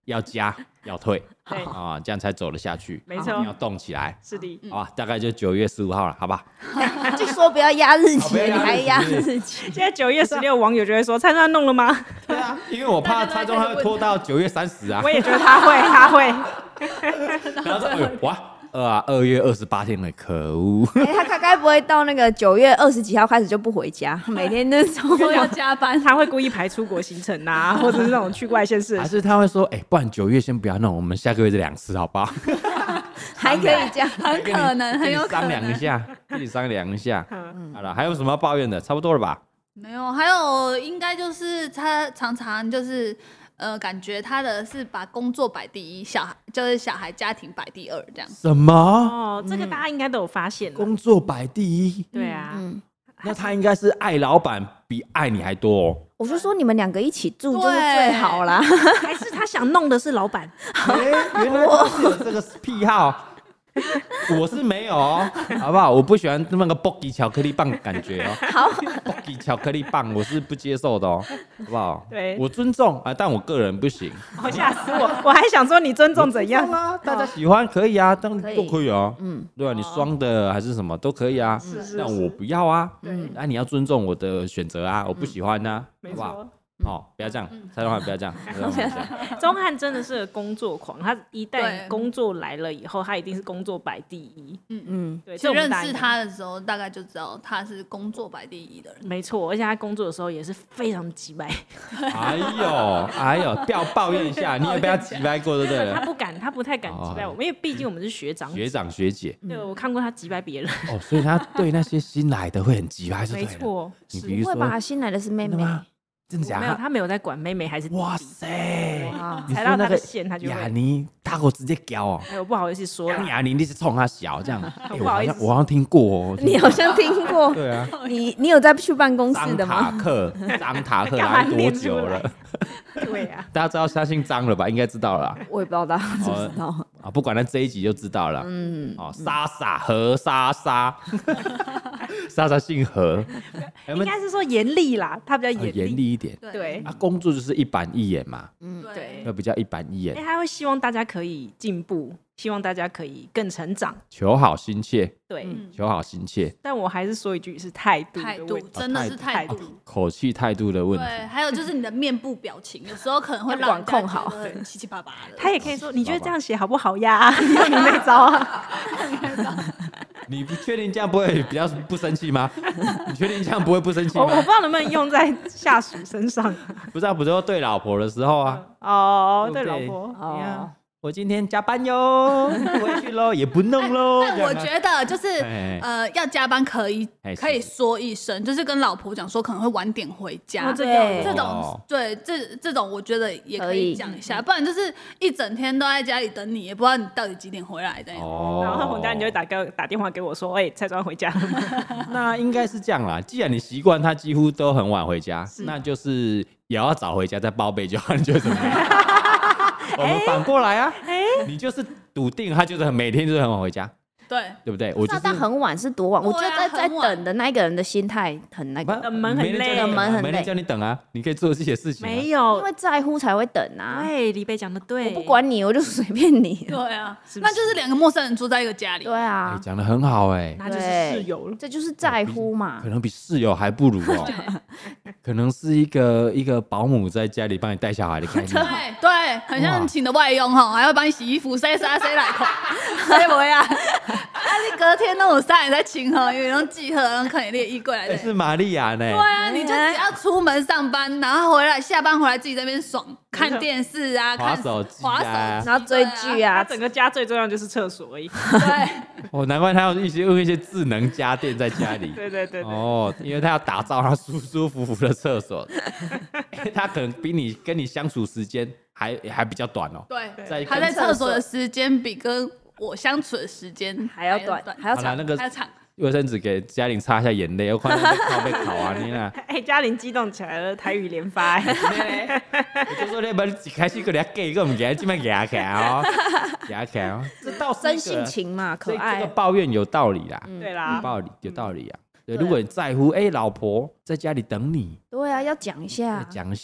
要加要退对， 啊，这样才走得下去。 没错一定要动起来。 是的， 好吧，大概就九月十五号了，好吧？ 就说不要压日期， 好不要压你还压日期日期。 现在九月十六，网友就会说蔡庄弄了吗？ 对啊，因为我怕蔡宗翰会拖到九月三十啊我。也觉得他会，他会。 然后说，哎呦哇，二啊，二月二十八天了，可恶！ 哎、他该该不会到那个九月二十几号开始就不回家，每天都都说要加班。 他会故意排出国行程啊，或者是那种去外县市的还是他会说，哎，不然九月先不要弄，我们下个月这两次，好不好？ 还可以这样。 很可能，很有可商量一能。 下，跟你商量一下。 嗯好了，还有什么要抱怨的？差不多了吧？ 没有，还有应该就是他常常就是呃，感觉他的是把工作摆第一，小孩就是小孩家庭摆第二这样。 什么？ 哦，这个大家应该都有发现了。 工作摆第一？ 对啊， 嗯， 那他应该是爱老板比爱你还多哦。 我就说你们两个一起住就是最好啦。 还是他想弄的是老板？ 哎，原来他是有这个癖好。我是没有哦，好不好？我不喜欢那个 Bogi 巧克力棒的感觉哦。 好， Bogi 巧克力棒我是不接受的哦，好不好？ 对我尊重啊，但我个人不行。 哦，吓死我！我还想说你尊重怎样尊？重啊？大家喜欢可以啊，当然可以都可以啊。 嗯， 对啊，你双的还是什么都可以啊。 是是但我不要啊。 对， 啊，你要尊重我的选择啊，我不喜欢呐， 没好不好？ 错。 哦，不要这样，蔡宗翰不要这样，蔡宗翰不要这样。 钟汉真的是个工作狂，他一旦对工作来了以后，他一定是工作摆第一。 嗯， 对， 去这我们认识大家应该他的时候，大概就知道他是工作摆第一的人。 没错，而且他工作的时候也是非常急掰， 哎呦，哎呦，不要抱怨一下，你也被他挤掰过，对不对他？不敢，他不太敢击败我们，因为毕竟我们是学长。 学长学姐对，我看过他击败别人， 哦，所以他对那些新来的会很急掰，是对的。 没错，是你比如说， 不会吧？新来的是妹妹。 真的吗？真的假没有， 的？ 他没有在管妹妹还是弟弟哇塞！ 哇你踩到他的说那个线他就会雅尼大狗直接屌哦。 哎，我不好意思说了， 雅尼，你是冲他小这样？哎，我不好意思好像我好像听过哦。 你好像听过， 对啊， 你你有在去办公室张的吗？ 塔克，张塔克干嘛来多念出久来了？ 对啊， 大家知道他姓张了吧？应该知道了啦我也不知道大家知不知道。 啊，不管他这一集就知道了。 嗯， 哦，莎莎何莎莎，莎莎姓何，有没有应该是说严厉啦，他比较呃严严厉一点？ 对啊，工作就是一板一眼嘛， 对要比较一板一眼哎，，他会希望大家可以进步，希望大家可以更成长。 求好心切， 对， 嗯求好心切， 但我还是说一句，是态度态度的问题。 真的是态度。 口气态度的问题。 对，还有就是你的面部表情，有时候可能会要让人家管控好觉得很七七八八的。 他也可以说，你觉得这样写好不好呀？你有你那招啊？ 你不确定这样不会比较不生气吗？你确定这样不会不生气吗我我不知？道能不能用在下属身上。 不是啊，不是说对老婆的时候啊， 哦，对对不对老婆， 哦哦， 我今天加班哟，不回去喽，也不弄喽。 但我这样啊觉得就是哎呃，要加班可以哎是可以说一声，就是跟老婆讲说可能会晚点回家。 哦这对这哦种对这这种我觉得也可可以以讲一下，不然就是一整天都在家里等你，也不知道你到底几点回来的。 哦然后回家你就会打给打电话给我说，哎，蔡庄回家了吗？ 那应该是这样啦。既然你习惯他几乎都很晚回家，那就是也要早回家再报备就好。你觉得怎么样？我们反过来啊，你就是笃定他就是很每天就是很晚回家， 对， 对不对？我就那是但很晚是多晚？我觉得对啊在在很晚等的那个人的心态很那个， 等门很累没人叫你等啊等门很没人累叫你等啊，你可以做自己的事情啊。 没有因，为在乎才会等啊。 对，李贝讲的对， 我不管你，我就随便你。 对啊， 是不是那就是两个陌生人住在一个家里。 对哎啊， 讲的很好哎， 那就是对室友了。 这就是在乎嘛可。能比室友还不如哦，可能是一个一个保姆在家里帮你带小孩的概念。 对对，很像请的外佣哈，还会帮你洗衣服，谁啥谁来款，谁不会啊？啊，你隔天那种三人在请哈，因为那种集合，然后看你列衣柜来的。 哎是玛利亚呢？ 对啊，你就只要出门上班，然后回来下班回来自己在那边爽，看电视啊， 滑看手机啊滑手机， 然后追剧啊， 啊， 他整个家最重要就是厕所而已。 对， 哦，难怪他要一些用一些智能家电在家里。 对对对对， 哦，因为他要打造他舒舒服服的厕所，他可能比你跟你相处时间还还比较短哦。在对，他在厕所的时间比跟我相处的时间还要短，还要好啦， 长。 那个还要长。 卫生纸给嘉玲擦一下眼泪，我看他被靠被烤啊，你那， 哎，嘉玲激动起来了，台语连发。哎我就说你们一开始给他给一个，我们给他这边给他看哦，给他看哦，这倒是一个真性情嘛，可这这爱个。抱怨有道理啦， 对啦有，道理有道理啊。对， 对如果你在乎，哎，老婆在家里等你， 对啊，要讲一下。 讲一下，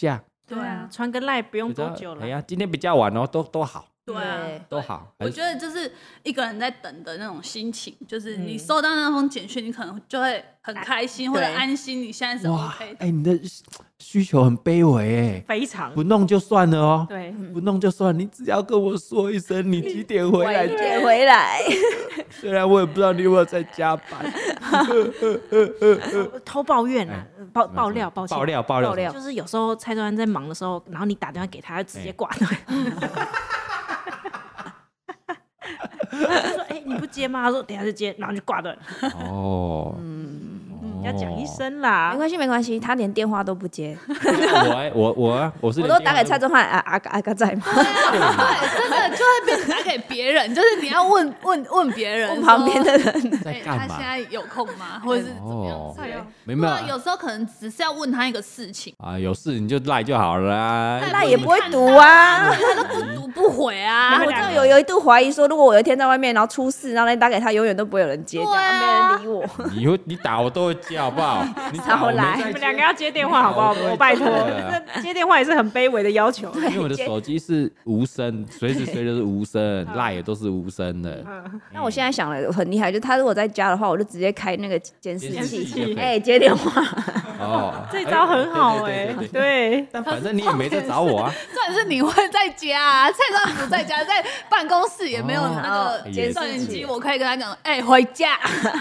对啊，传个赖不用多久了。 哎呀，今天比较晚哦，都都好， 对啊， 都好。 我觉得就是一个人在等的那种心情，就是你收到那封简讯，你可能就会很开心或者安心，你现在是 OK 的。 哎，你的需求很卑微哎， 非常不弄就算了哦， 对， 不弄就算，你只要跟我说一声你几点回来， 几点回来。 虽然我也不知道你有没有在加班。 偷抱怨啊，爆爆料，抱歉， 爆料，爆料， 爆料就是有时候蔡宗安在忙的时候，然后你打电话给他，直接挂断。就说：“哎、欸，你不接吗？”他说：“等一下就接。”然后就挂断。 哦， 嗯，要讲一声啦。 没关系，没关系，他连电话都不接。 我我我我是我都打给蔡宗翰，啊啊阿哥在吗？ 对，真的就会变成打给别人，就是你要问问问别人， 问旁边的人哎， 在干嘛？ 他现在有空吗？或者是怎么样哦之类的？ 没没有有时候可能只是要问他一个事情， 啊，有事你就赖就好了啦。 那也不会读啊， 他都不读不回啊。 我就有有一度怀疑说，如果我有一天在外面，然后出事，然后你打给他，永远都不会有人接，这样没人理我。 你会你打我都会接好不好？你打我没在接你们两个要接电话好不好？我拜托，这接电话也是很卑微的要求。 因为我的手机是无声，随时随地都是无声，赖也都是无声的。 那我现在想了很厉害，就他如果在家的话，我就直接开那个监视监视器器，哎，接电话。 哦， 这招很好哎，对。 但反正你也没在找我啊。 重点是你会在家啊，蔡宗翰不在家，在办公室也没有那个监摄影机，我可以跟他讲，哎，回家。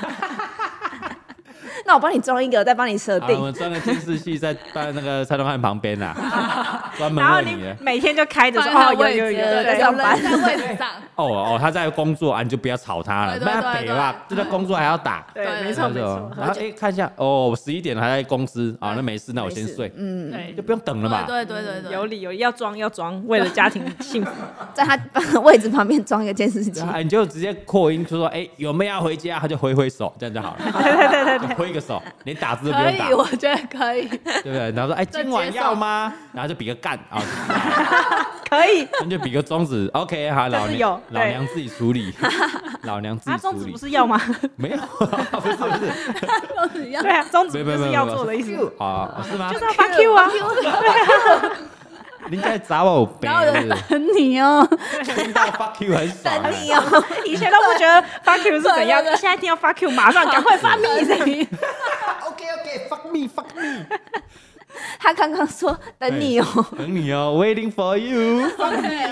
那我帮你装一个，再帮你设定。 我们装个监视器在在那个蔡宗翰旁边呐，专门然后你为你的。 每天就开着说哦，有有有在上班， 在位置上。 哦哦，他在工作啊，你就不要吵他了。那北吧，就在工作还要打。 对，没错没错。 然后哎，看一下哦，十一点还在公司啊，那没事，那我先睡。 嗯， 对， 就不用等了嘛。 对对对对， 有理有理，要装要装，为了家庭幸福， 在他位置旁边装一个监视器。 你就直接扩音，就说哎，有没有要回家？他就挥挥手，这样就好了。 对对对对对， 挥一个手，连打字都不可用打。 以，我觉得可以， 对不对？然后说哎，今晚要吗？然后就比个干啊， 可以。 那就比个中指 ，OK， 好，老娘老娘自己处理，老娘自己处理。 中指不是要吗？ 没有，不是不是， 都是一样。 对啊，中指不是要做的意思啊？是吗？ 就是要发 Q 啊。 你应该找我背， 然后有等你哦， 听到 fuck you 很爽。 等你哦， 以前都不觉得发 Q 是怎样，现在听到发 Q 马上赶快发密声。 OK OK，fuck me，fuck me。 他刚刚说等你哦， 等你哦 ，waiting for you。 OK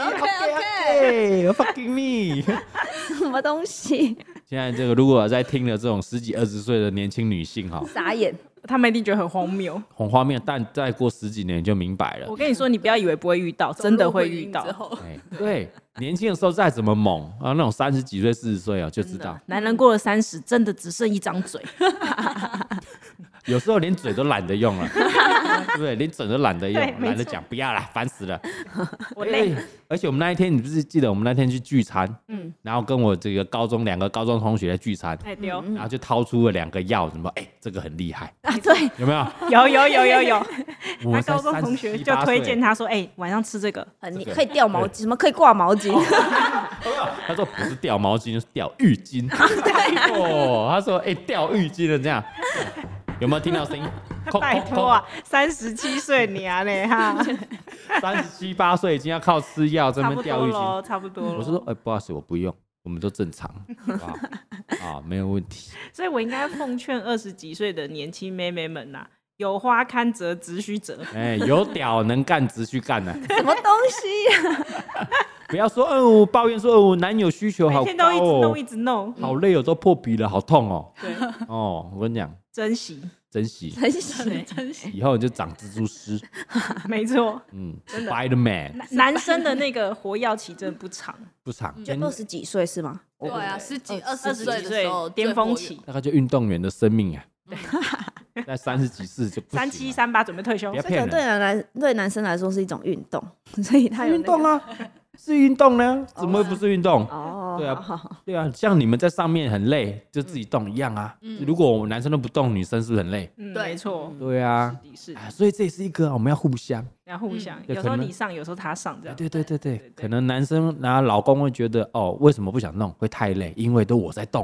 OK OK，fucking me。 什么东西？ 现在这个如果在听了这种十几二十岁的年轻女性哈， 傻眼。 他们一定觉得很荒谬， 很荒谬，但再过十几年你就明白了。 我跟你说，你不要以为不会遇到，真的会遇到。 哎，对，年轻的时候再怎么猛啊，那种三十几岁、四十岁啊，就知道， 男人过了三十，真的只剩一张嘴。 有时候连嘴都懒得用了，对不对？连嘴都懒得用，懒得讲，不要啦，烦死了。 我累。 而且我们那一天，你不是记得我们那天去聚餐，嗯，然后跟我这个高中两个高中同学在聚餐， 哎丢， 然后就掏出了两个药，什么哎，这个很厉害啊，对， 有没有？ 有有有有有。 我他高中同学就推荐他说，哎，晚上吃这个， 你可以吊毛巾，什么可以挂毛巾？ 他说不是吊毛巾，是吊浴巾。哦，他说哎，吊浴巾的这样。有没有听到声音？ 拜托啊，三十七岁你啊嘞哈， 三十七八岁已经要靠吃药这边钓浴巾， 差不多了。 我说哎，不好意思，我不用，我们都正常，好不好？啊，没有问题。 所以我应该奉劝二十几岁的年轻妹妹们呐，有花堪折直须折。 哎，有屌能干直须干呢。 什么东西呀？ 不要说哦，抱怨说哦，男友需求好高哦， 每天都一直弄一直弄， 好累哦，都破皮了，好痛哦。 对， 哦，我跟你讲， 珍惜， 珍惜， 珍惜， 珍惜， 以后你就长蜘蛛丝。 没错， 嗯 ，Spider Man。 男生的那个活跃期真的不长， 不长， 就二十几岁是吗？ 对啊，十几二十几岁的时候巅峰期， 大概就运动员的生命啊。在三十几岁就不三七三八准备退休， 这个对男对男生来说是一种运动，所以他有运动啊，是运动呢，怎么会不是运动？哦，对啊，对啊，像你们在上面很累，就自己动一样啊。如果我们男生都不动，女生是不是很累？ 嗯，没错， 对啊，所以这也是一个我们要互相， 要互相，有时候你上，有时候他上，这样。 对对对对，可能男生然后老公会觉得哦，为什么不想弄？会太累，因为都我在动啊。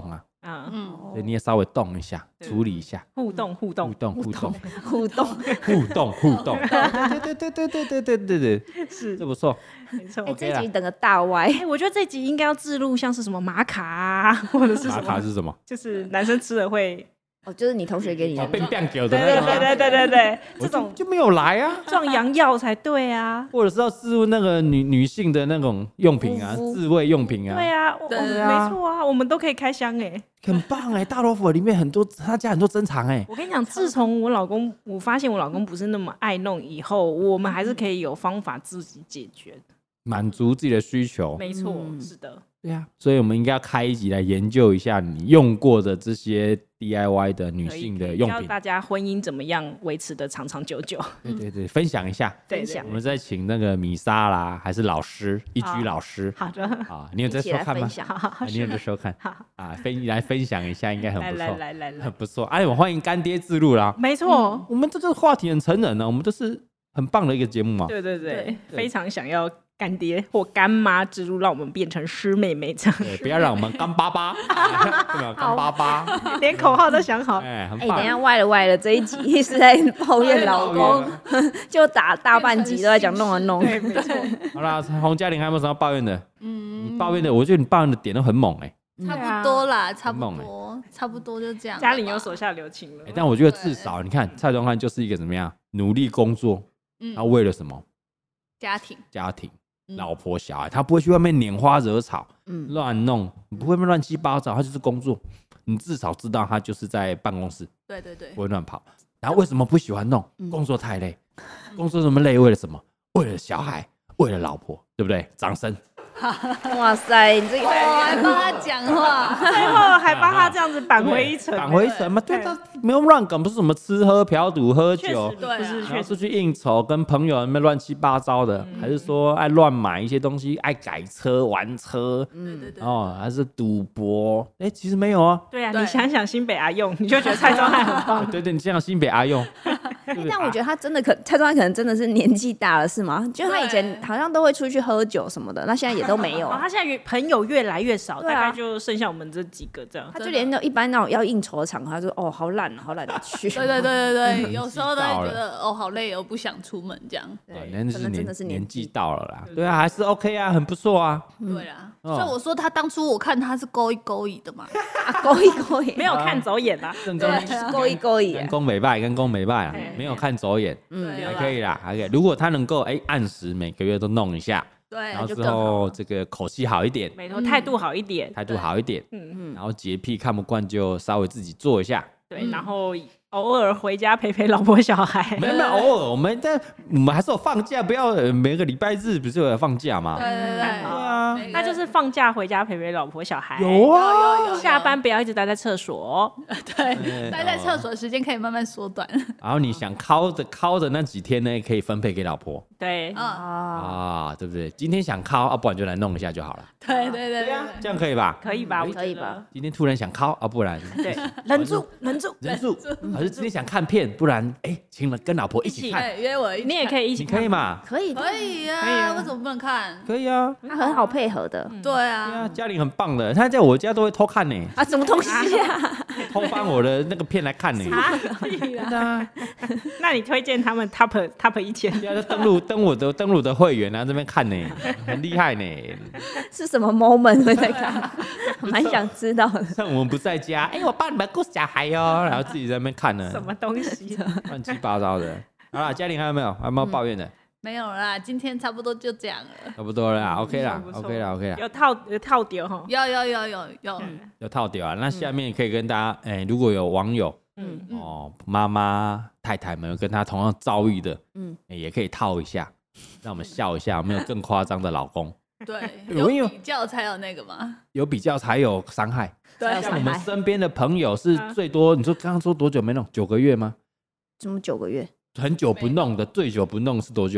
嗯， 嗯， 所以你也稍微动一下， 对处理一下， 互动互动互动互动互动。 互动互动，对对对对对对对对对， 是这不错。 没错。 哎， OK 啦这集整个大歪， 哎，我觉得这集应该要置入像是什么玛卡啊，或者是玛什么， 卡是什么？ 就是男生吃了会， 哦，就是你同学给你哦， 的变变狗的对那个吗， 对对对对对对， 我就这种就没有来啊。 壮阳药才对啊。 或者是要置入那个女女性的那种用品啊， 护肤自慰用品啊， 对啊，我对我对啊没错啊，我们都可以开箱哎。 很棒哎、大老虎里面很多，他家很多珍藏哎、 我跟你讲，自从我老公，我发现我老公不是那么爱弄以后，我们还是可以有方法自己解决的。 满足自己的需求。 没错， 嗯是的， 对啊，所以我们应该要开一集来研究一下你用过的这些 D I Y 的女可以性可以教的用品。 大家婚姻怎么样维持的长长久久。 对对对，分享一下。 对分享我们再请那个米莎啦，还是老师一居好老师好的， 啊，你有在一起收看吗来分？享。 好， 啊你有在收看好， 啊？分来分享一下，应该很来来不错， 来来来很，不错。哎，我欢迎干爹自录啦。 没错， 我们这个话题很成人呢，我们都是很棒的一个节目嘛。 对对对对， 非常想要干爹或干妈之路，让我们变成师妹妹这样， 对，不要让我们干巴巴，对吧？干巴巴， 连口号都想好。 哎，很哎， 棒。 等一下歪了歪了，这一集是在抱怨老公，就打大半集都在讲弄啊弄。 对，没错， 好啦，洪嘉玲还有没有什么抱怨的？ 嗯你抱怨的，我觉得你抱怨的点都很猛哎、 差不多啦，差不猛欸多，差不多就这样了吧。 嘉玲有手下留情了哎。但我觉得至少你看蔡宗翰就是一个怎么样努力工作， 嗯他为了什么？ 家庭， 家庭、 嗯老婆、小孩，他不会去外面拈花惹草、 嗯， 乱弄，不会乱七八糟，他就是工作。你至少知道他就是在办公室， 对对对不，会乱跑。然后为什么不喜欢弄？ 嗯工作太累，工作这么累，为了什么？为了小孩，为了老婆，对不对？掌声！ 哇塞，你这我个还帮他讲话， 最后还帮他这样子扳回一城， 扳回一城嘛？对， 对他没有乱搞，不是什么吃喝嫖赌喝确酒实， 对啊不是， 然后确实出去应酬，跟朋友那边乱七八糟的， 嗯还是说爱乱买一些东西，爱改车、玩车， 对对对， 哦，还是赌博？哎、其实没有啊。 对啊， 对你想想新北阿用，你就觉得蔡宗翰很棒。 对对，你这样新北阿用，对不对但我觉得他真的可，蔡宗翰可能真的是年纪大了，是吗？就他以前对好像都会出去喝酒什么的，那现在也都没有哦，。他现在越朋友越来越少， 对啊大概就剩下我们这几个这样。 他就连那种一般那种要应酬的场合，他就哦好懒，好懒得去。 对对对对年对，有时候都纪到了会觉得哦好累哦，不想出门这样。 对， 对， 那就是可能真的年是年纪纪。 到了啦。对啊，还是 OK 啊，很不错啊。 对啦， 哦所以我说他当初我看他是勾一勾引的嘛， 啊，勾一勾引， 没有看走眼啊， 正宫对啊勾一勾引跟。宫美拜，跟宫美拜啊对， 没有看走眼， 嗯， 对还可以啦，还可以。如果他能够哎按时每个月都弄一下， 对然后之就更好后这个口气好一点， 没错，态度好一点， 态度好一点， 嗯， 嗯然后洁癖看不惯就稍微自己做一下。 对， 嗯然后偶尔回家陪陪老婆小孩。 没有没有，偶尔我们但我们还是有放假，不要呃每个礼拜日不是有放假吗？ 对对对， 对啊每个那就是放假回家陪陪老婆小孩。 有有啊， 有有下班不要一直待在厕所。 对， 嗯待在厕所的时间可以慢慢缩短。 然后你想敲的敲的那几天呢，可以分配给老婆对， 嗯， 啊， 啊，对不对？今天想敲啊，不然就来弄一下就好了， 对对对对这样可以吧？ 可以吧？ 嗯我觉得可以吧？ 今天突然想敲啊，不然对，忍住，忍住。 忍住，还是今天想看片，不然哎，请了跟老婆一起看， 对，约我一起你也可以一起你看， 可以嘛？ 可以， 可以可以啊， 啊为什么不能看？ 可以啊， 他很好配合的对对啊啊，，嘉玲很棒的，她在我家都会偷看呢， 啊，什么东西啊？ 偷翻我的那个片来看呢。真的啊， 那你推荐他们 top top 一千？ 对啊，就登录登我的登录的会员啊，这边看呢，很厉害呢。 是什么 moment 会在看？蛮想知道的。 趁我们不在家，哎，我帮你们顾小孩哦，然后自己在那边看呢， 什么东西？ 乱七八糟的。好啦，嘉玲还有没有？还有没有抱怨的？ 没有啦，今天差不多就这样了。 差不多了啦，OK 啦不错 ，OK 啦，OK 啦， 有套有套丢哈。 有有有有有， 有套掉啊。那下面可以跟大家，哎，如果有网友嗯， 嗯哦，妈妈、太太们有跟他同样遭遇的， 嗯， 哎也可以套一下，让我们笑一下。有没有更夸张的老公？ 对， 我有有比较才有那个嘛。 有比较才有伤害。 对才有伤像我们害身边的朋友是啊最多，你说刚刚说多久没弄？九个月吗？ 怎么九个月？ 很久不弄的，最久不弄是多久？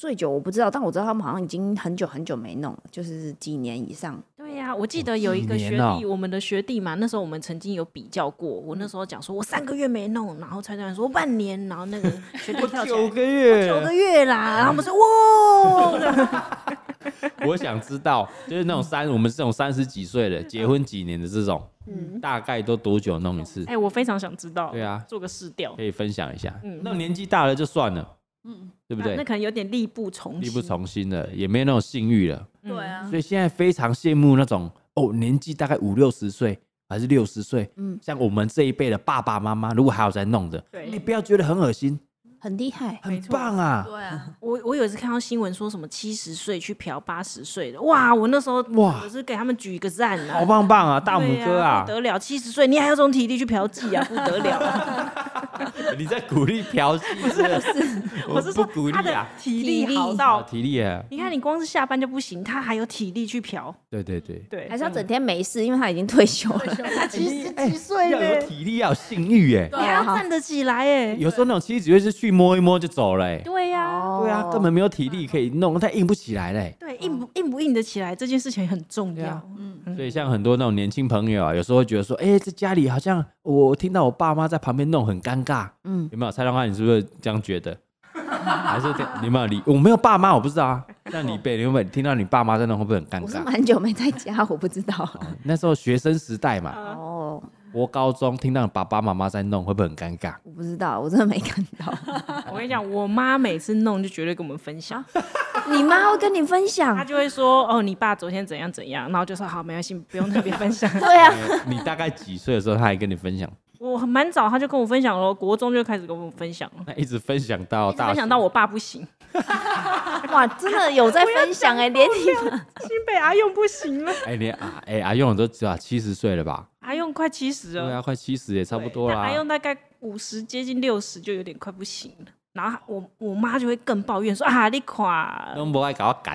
醉酒我不知道，但我知道他们好像已经很久很久没弄了，就是几年以上。 对呀、啊，我记得有一个学弟， 哦我们的学弟嘛，那时候我们曾经有比较过。我那时候讲说，我三个月没弄，然后蔡专员说半年，然后那个学弟跳起来九个月， 九个月啦，然后我们说哇， 我想知道，就是那种三，我们这种三十几岁的，结婚几年的这种， 嗯， 大概都多久弄一次？ 哎、我非常想知道， 对啊， 做个试调可，以分享一下。 嗯那种年纪大了就算了， 嗯， 对不对啊那？可能有点力不从心， 力不从心了，也没有那种性欲了， 嗯对啊所，以现在非常羡慕那种哦，年纪大概五六十岁还是六十岁， 嗯， 像我们这一辈的爸爸妈妈，如果还有在弄的， 对你不要觉得很恶心， 很厉害。 很棒啊！ 对啊， 我我有一次看到新闻说什么七十岁去嫖八十岁的，哇！我那时候哇我是给他们举一个赞啊， 好棒棒啊，大对拇哥啊不！得了，七十岁你还有这种体力去嫖妓啊，不得了啊！ 你在鼓励嫖妓是不是？ 我是说不鼓励他的啊， 体力好啊到， 体力啊， 你看你光是下班就不行，他还有体力去嫖， 对对对。 对， 还是要整天没事，因为他已经退休了。 七十哎几岁要有嘞， 体力，要有性欲哎。 你还要站得起来哎， 有时候那种七十几岁是去摸一摸就走了哎。 对呀， 哦对啊，根本没有体力可以弄，太硬不起来嘞。 对，硬不硬不硬得起来这件事情很重要对啊。 嗯， 所以像很多那种年轻朋友啊，有时候会觉得说，哎，在家里好像我听到我爸妈在旁边弄很尴尬， 嗯， 有没有？蔡浪花，你是不是这样觉得？还是这你有没有理？我没有爸妈，我不知道啊。像你辈，你有没有听到你爸妈在弄会不会很尴我是尬？ 蛮久没在家，我不知道。 哦那时候学生时代嘛， 哦， 国高中听到爸爸妈妈在弄会不会很尴尬？ 我不知道，我真的没看到。 我跟你讲，我妈每次弄就绝对跟我们分享， 你妈会跟你分她享？ 就会说：“哦，你爸昨天怎样怎样。”然后就说：“好，没关系，不用特别分享。 对啊， 哎你大概几岁的时候，他还跟你分享？” 我蛮早，她就跟我分享了，国中就开始跟我分享了， 那一直分享到大学， 分享到我爸不行， 哇，真的有在分享哎，连你新北阿用不行了， 哎、你啊，哎、阿用都知道七十岁了吧？ 阿用快七十了， 对啊，快七十也差不多啦。 对但阿用大概五十接近六十就有点快不行了。然后我我妈就会更抱怨说啊，你看， 都不爱搞我赶，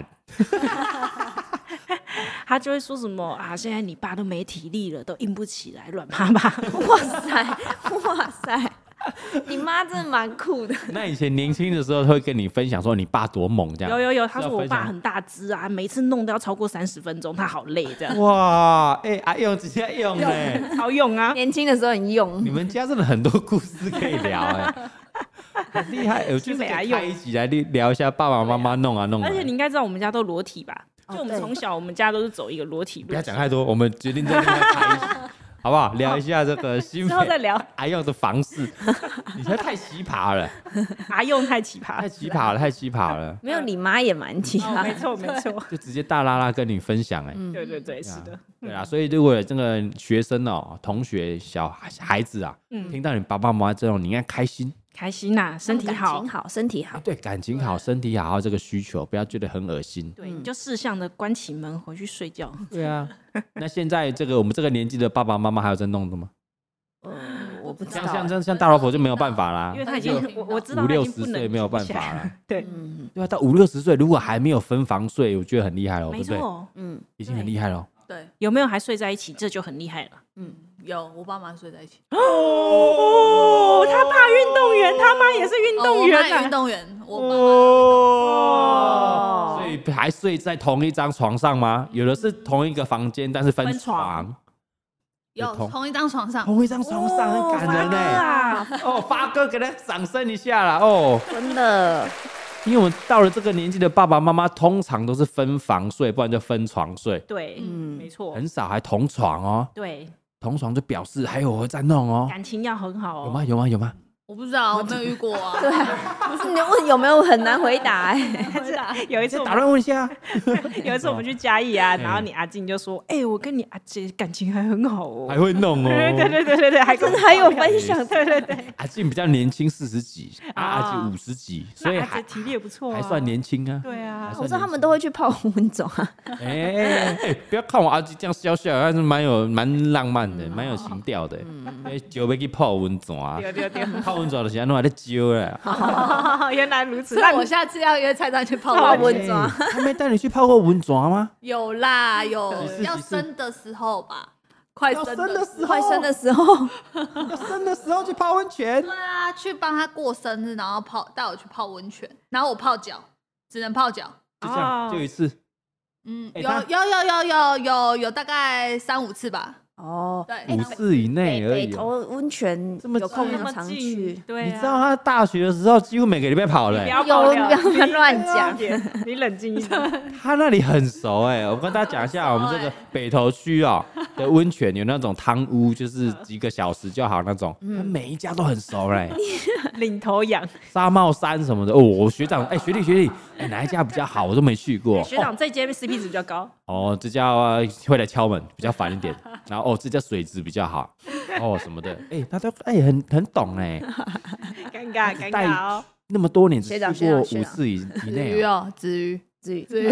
她就会说什么啊，现在你爸都没体力了，都硬不起来，软趴趴。 哇塞，哇塞，你妈真的蛮酷的。 那以前年轻的时候会跟你分享说你爸多猛这样。 有有有，她说我是要分享爸很大只啊，每次弄都要超过三十分钟，他好累这样。 哇，哎、阿用直接用哎、 好用啊！ 年轻的时候很用你，们家真的很多故事可以聊哎、很厉害。我就是可以开一集来聊一下爸爸妈妈弄啊弄啊。 而且你应该知道，我们家都裸体吧？ 哦就我们对从小，我们家都是走一个裸体路不要线。 讲太多，我们决定在另外开一集，好不好？聊一下这个新北之后再聊。 阿用的房事，你才太奇葩了， 阿用太奇葩太，奇葩了，太奇葩了， 没有你妈也蛮奇哦，没葩。 错没错， 就直接大拉拉跟你分享哎、 嗯对对对，是的， 对啊，所以如果有这个学生哦、同学、小孩子啊， 嗯， 听到你爸爸妈妈这种，你应该开心。 开心呐，身体好感情，好，身体好。 对，感情好，身体好，这个需求不要觉得很恶心。 对，你就适向的关起门回去睡觉。 对啊，那现在这个我们这个年纪的爸爸妈妈还有在弄的吗？ 呃，我不知道像像像像大老婆就没有办法啦因为，他已经就我我知道五六十他已经不能岁没有办停下来法了。 对， 嗯对啊，到五六十岁如果还没有分房睡，我觉得很厉害了，对没不对？ 错。 嗯已经很厉害了。 对， 有没有还睡在一起，这就很厉害了。 嗯， 有我爸妈睡在一起， 哦，他爸运动员，他妈也是运哦动员我妈也运啊。 动员，我爸妈哦，所以还睡在同一张床上吗？有的是同一个房间，但是分分床床，同有同一张床上， 同一张床上，很感人呢。 啊！ 哦，发哥给他掌声一下啦！哦， 真的， 因为我们到了这个年纪的爸爸妈妈，通常都是分房睡，不然就分床睡， 对， 嗯没错， 很少还同床哦。 对， 同床就表示还有我在弄哦， 感情要很好哦。 有吗？有吗？有吗？ 我不知道，我没有遇过啊。 对啊，不是你问有没有很难回答哎。 有一次我们打断问一下， 有一次我们去嘉义啊， 嗯然后你阿静就说：“哎，我跟你阿姐感情还很好哦。” 还会弄哦。 对对对对对对，还跟我真的还有分享， 对对对， 阿静比较年轻，四十几，啊啊阿静五十几，所以还那阿姐体力也不错啊， 还算年轻啊。 对啊还，算我知道他们都会去泡温种啊。 哎哎哎，不要看我阿静这样笑笑，还是蛮有蛮浪漫的，蛮有情调的。哎，酒要去泡温泉啊， 对对对， 泡温泉的时候，弄还在揪嘞。 原来如此。 所以那你我下次要约蔡段去泡泡温泉。 温泉哎他没带你去泡过温泉吗？ 有啦，有几次要几次生的时候吧，快生的时候。 快生的时候， 要生的时候去泡温泉对。啊，去帮他过生日，然后泡带我去泡温泉，然后我泡脚， 只能泡脚。 就这样， 哦就一次。 嗯， 欸他有有有有有有有大概三五次吧。 哦， 对， 五次以内而已哦。 北北投温泉这么有空近那么常近去，， 对啊， 你知道他大学的时候几乎每个礼拜跑嘞、 不要有爆料不要乱讲你你冷静一点。 他那里很熟哎、我跟大家讲一下，我们这个北投区哦的温泉有那种汤屋，就是几个小时就好那种，他每一家都很熟嘞、 领头羊， 沙帽山什么的哦，我学长哎、学弟学弟哎、哪一家比较好，我都没去过。 学长这间 C P 值比较高， 哦，这家、呃会来敲门，比较烦一点。然后哦，这家水质比较好，哦什么的，哎、他都哎、很很懂哎、 尴尬尴带尬哦。 那么多年只学长去过学长学长五次以以子内哦。 瑜哦，子瑜， 至于子瑜，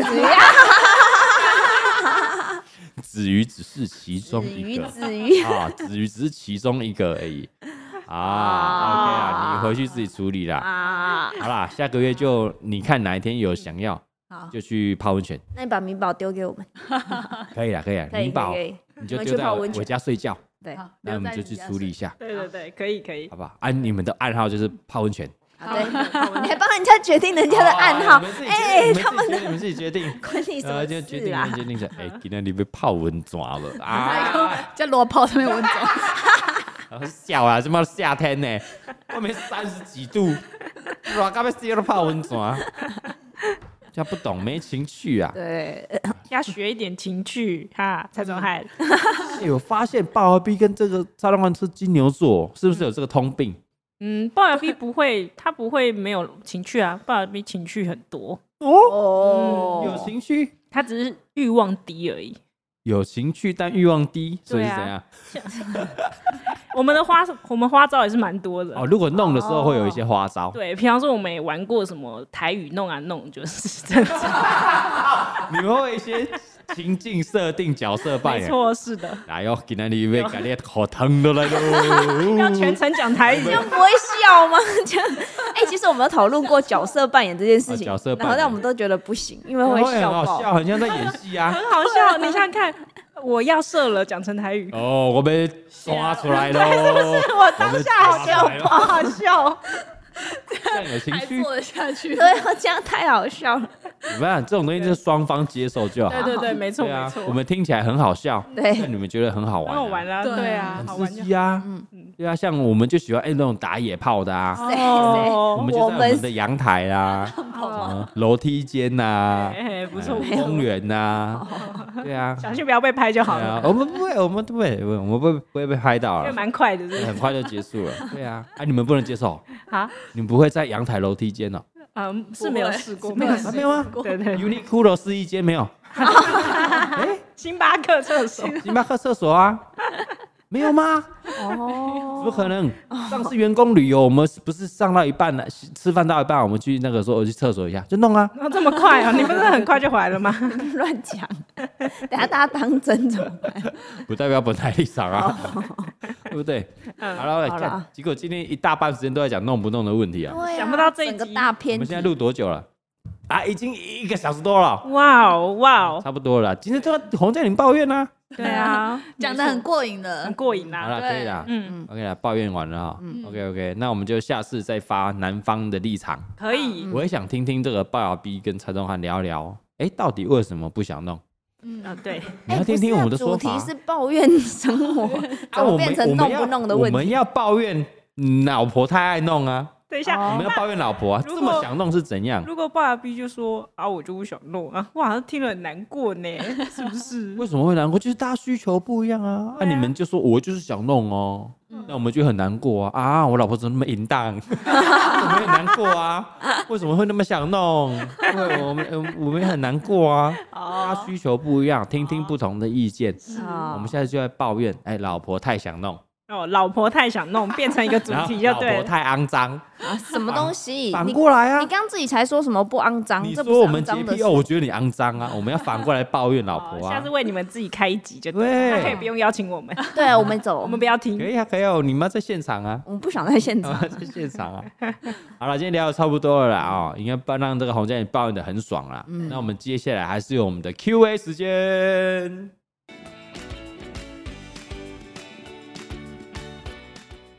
子瑜只是其中至于一个至于， 啊，子瑜只是其中一个而已啊。OK 啊，你回去自己处理啦。 啊， 好啦，下个月就你看哪一天有想要， 好， 就去泡温泉， 那你把米宝丢给我们， 可以啦，可以啦。 可以林宝可以， 你就我们丢在我我去泡温泉家睡觉， 对， 好， 那我们留在就去你家睡。 处理一下， 对对对，可以可以好。不好？按你们的暗号就是泡温泉。 好对，你还帮人家决定人家的暗号哦你们自己， 哎， 决定他们你们自己决定，你们关你自己决定。呃， 什么就决定事啊？ 决定说，哎，今天你被泡温泉了哎啊！ 叫裸泡上面温走， 然后笑啊，这妈夏天呢，外面三十几度，哇，干嘛自己都泡温泉？这样不懂，没情趣啊！ 对， 要学一点情趣哈，蔡宗翰。 哎，我发现鲍尔 B 跟这个超浪漫是金牛座，是不是有这个通病？ 嗯，鲍尔 B 不会，他不会没有情趣啊，鲍尔 B 情趣很多， 哦， 哦， 有情趣， 他只是欲望低而已。 有情趣，但欲望低，所以是对啊怎样？ 我们的花，我们花招也是蛮多的。 哦，如果弄的时候会有一些花招， 对，平常说我们也玩过什么台语弄啊弄，就是这样子。 你们会有一些情境设定、角色扮演。 没错，是的， 来哟，今天你要给你口疼的来喽！ 要全程讲台语这。样不会笑吗？这样，哎，其实我们有讨论过角色扮演这件事哦情， 角色扮演然后但我们都觉得不行，因为会会笑爆。 很好笑，很像在演戏啊。 很好笑，你想想看，我要射了，讲成台语， 哦，我被刷出来喽！ 我当下好笑， 我被好好笑。 这样有情绪， 还做得下去？ 对，这样太好笑了。 你看这种东西就是双方接受就好。 对对对，没错对啊没错，， 我们听起来很好笑， 对但你们觉得很好玩啊， 很好玩啊， 对对啊，好很玩就刺激啊。对啊，像我们就喜欢哎那种打野炮的啊， 谁谁哦我们就在我们的阳台啦、 哦嗯楼梯间呐、 哎，不错哎不错， 公园呐，对啊， 小心不要被拍就好对啊了，， 我们不会，我们不会，我们不会不会被拍到因为了， 蛮快的，是不是很快就结束了。对啊，啊，你们不能接受， 啊， 你们不会在阳台楼梯间哦？ 嗯，是没有试过， 不会没有试啊，没有吗过，对对， ？Uniqlo 试衣间没有？ 星巴克厕所， 星巴克厕所啊？没有吗？ 哦， 怎么可能？上次员工旅游，我们不是上到一半了，吃饭到一半，我们去那个说我去厕所一下就弄啊。 然后这么快啊？你不是很快就回来了吗？ 乱讲，等下大家当真怎么办？ 不代表本台立场啊，对不对？ 嗯好了，来好啦看，结果今天一大半时间都在讲弄不弄的问题啊。 对啊想不到这一整个集我大偏题们现在录多久了？啊，已经一个小时多了， 哇哦哇哦， 差不多了。今天都洪在你抱怨啊。 对啊， 讲的很过瘾很的。 过瘾啊， 好了， 对可以啦。 嗯， OK 啦，抱怨完了哈。 嗯 OK OK，那我们就下次再发男方的立场。 可以， 我也想听听这个龅牙 B 跟蔡宗翰聊聊，哎，到底为什么不想弄？ 嗯啊对， 你要听听我们的说主题法。 是抱怨生活，怎啊， 么我们变成弄不我们要弄的问题？ 我们要抱怨老婆太爱弄啊， 等一下， 哦我们要抱怨老婆啊， 如果这么想弄是怎样？ 如果爸爸就说啊，我就不想弄啊，哇，听了很难过呢，是不是？ 为什么会难过？就是大家需求不一样啊。那、 对啊你们就说我就是想弄哦，那我们就很难过啊啊！我老婆怎么那么淫荡？我们很难过啊。为什么会那么想弄？因为我们、呃我们也很难过啊。大家需求不一样，听听不同的意见。 哦我们现在就在抱怨，哎，老婆太想弄， 哦，老婆太想弄，变成一个主然后题就对了。 老婆太肮脏， 啊，什么东西？ 反你过来啊你。刚刚自己才说什么不肮脏？ 你这不是说我们洁肮脏的事癖哦，我觉得你肮脏啊。我们要反过来抱怨老婆啊哦下次。为你们自己开一集就对了， 对他可以不用邀请我们， 对啊，我们走， 我们不要听可。以啊，可以啊，你们要在现场啊。 我们不想在现场。 在现场啊。好了，今天聊的差不多了啦哦，应该让这个洪家你抱怨的很爽啦。那我们接下来还是有我们的 Q A 时间。哎、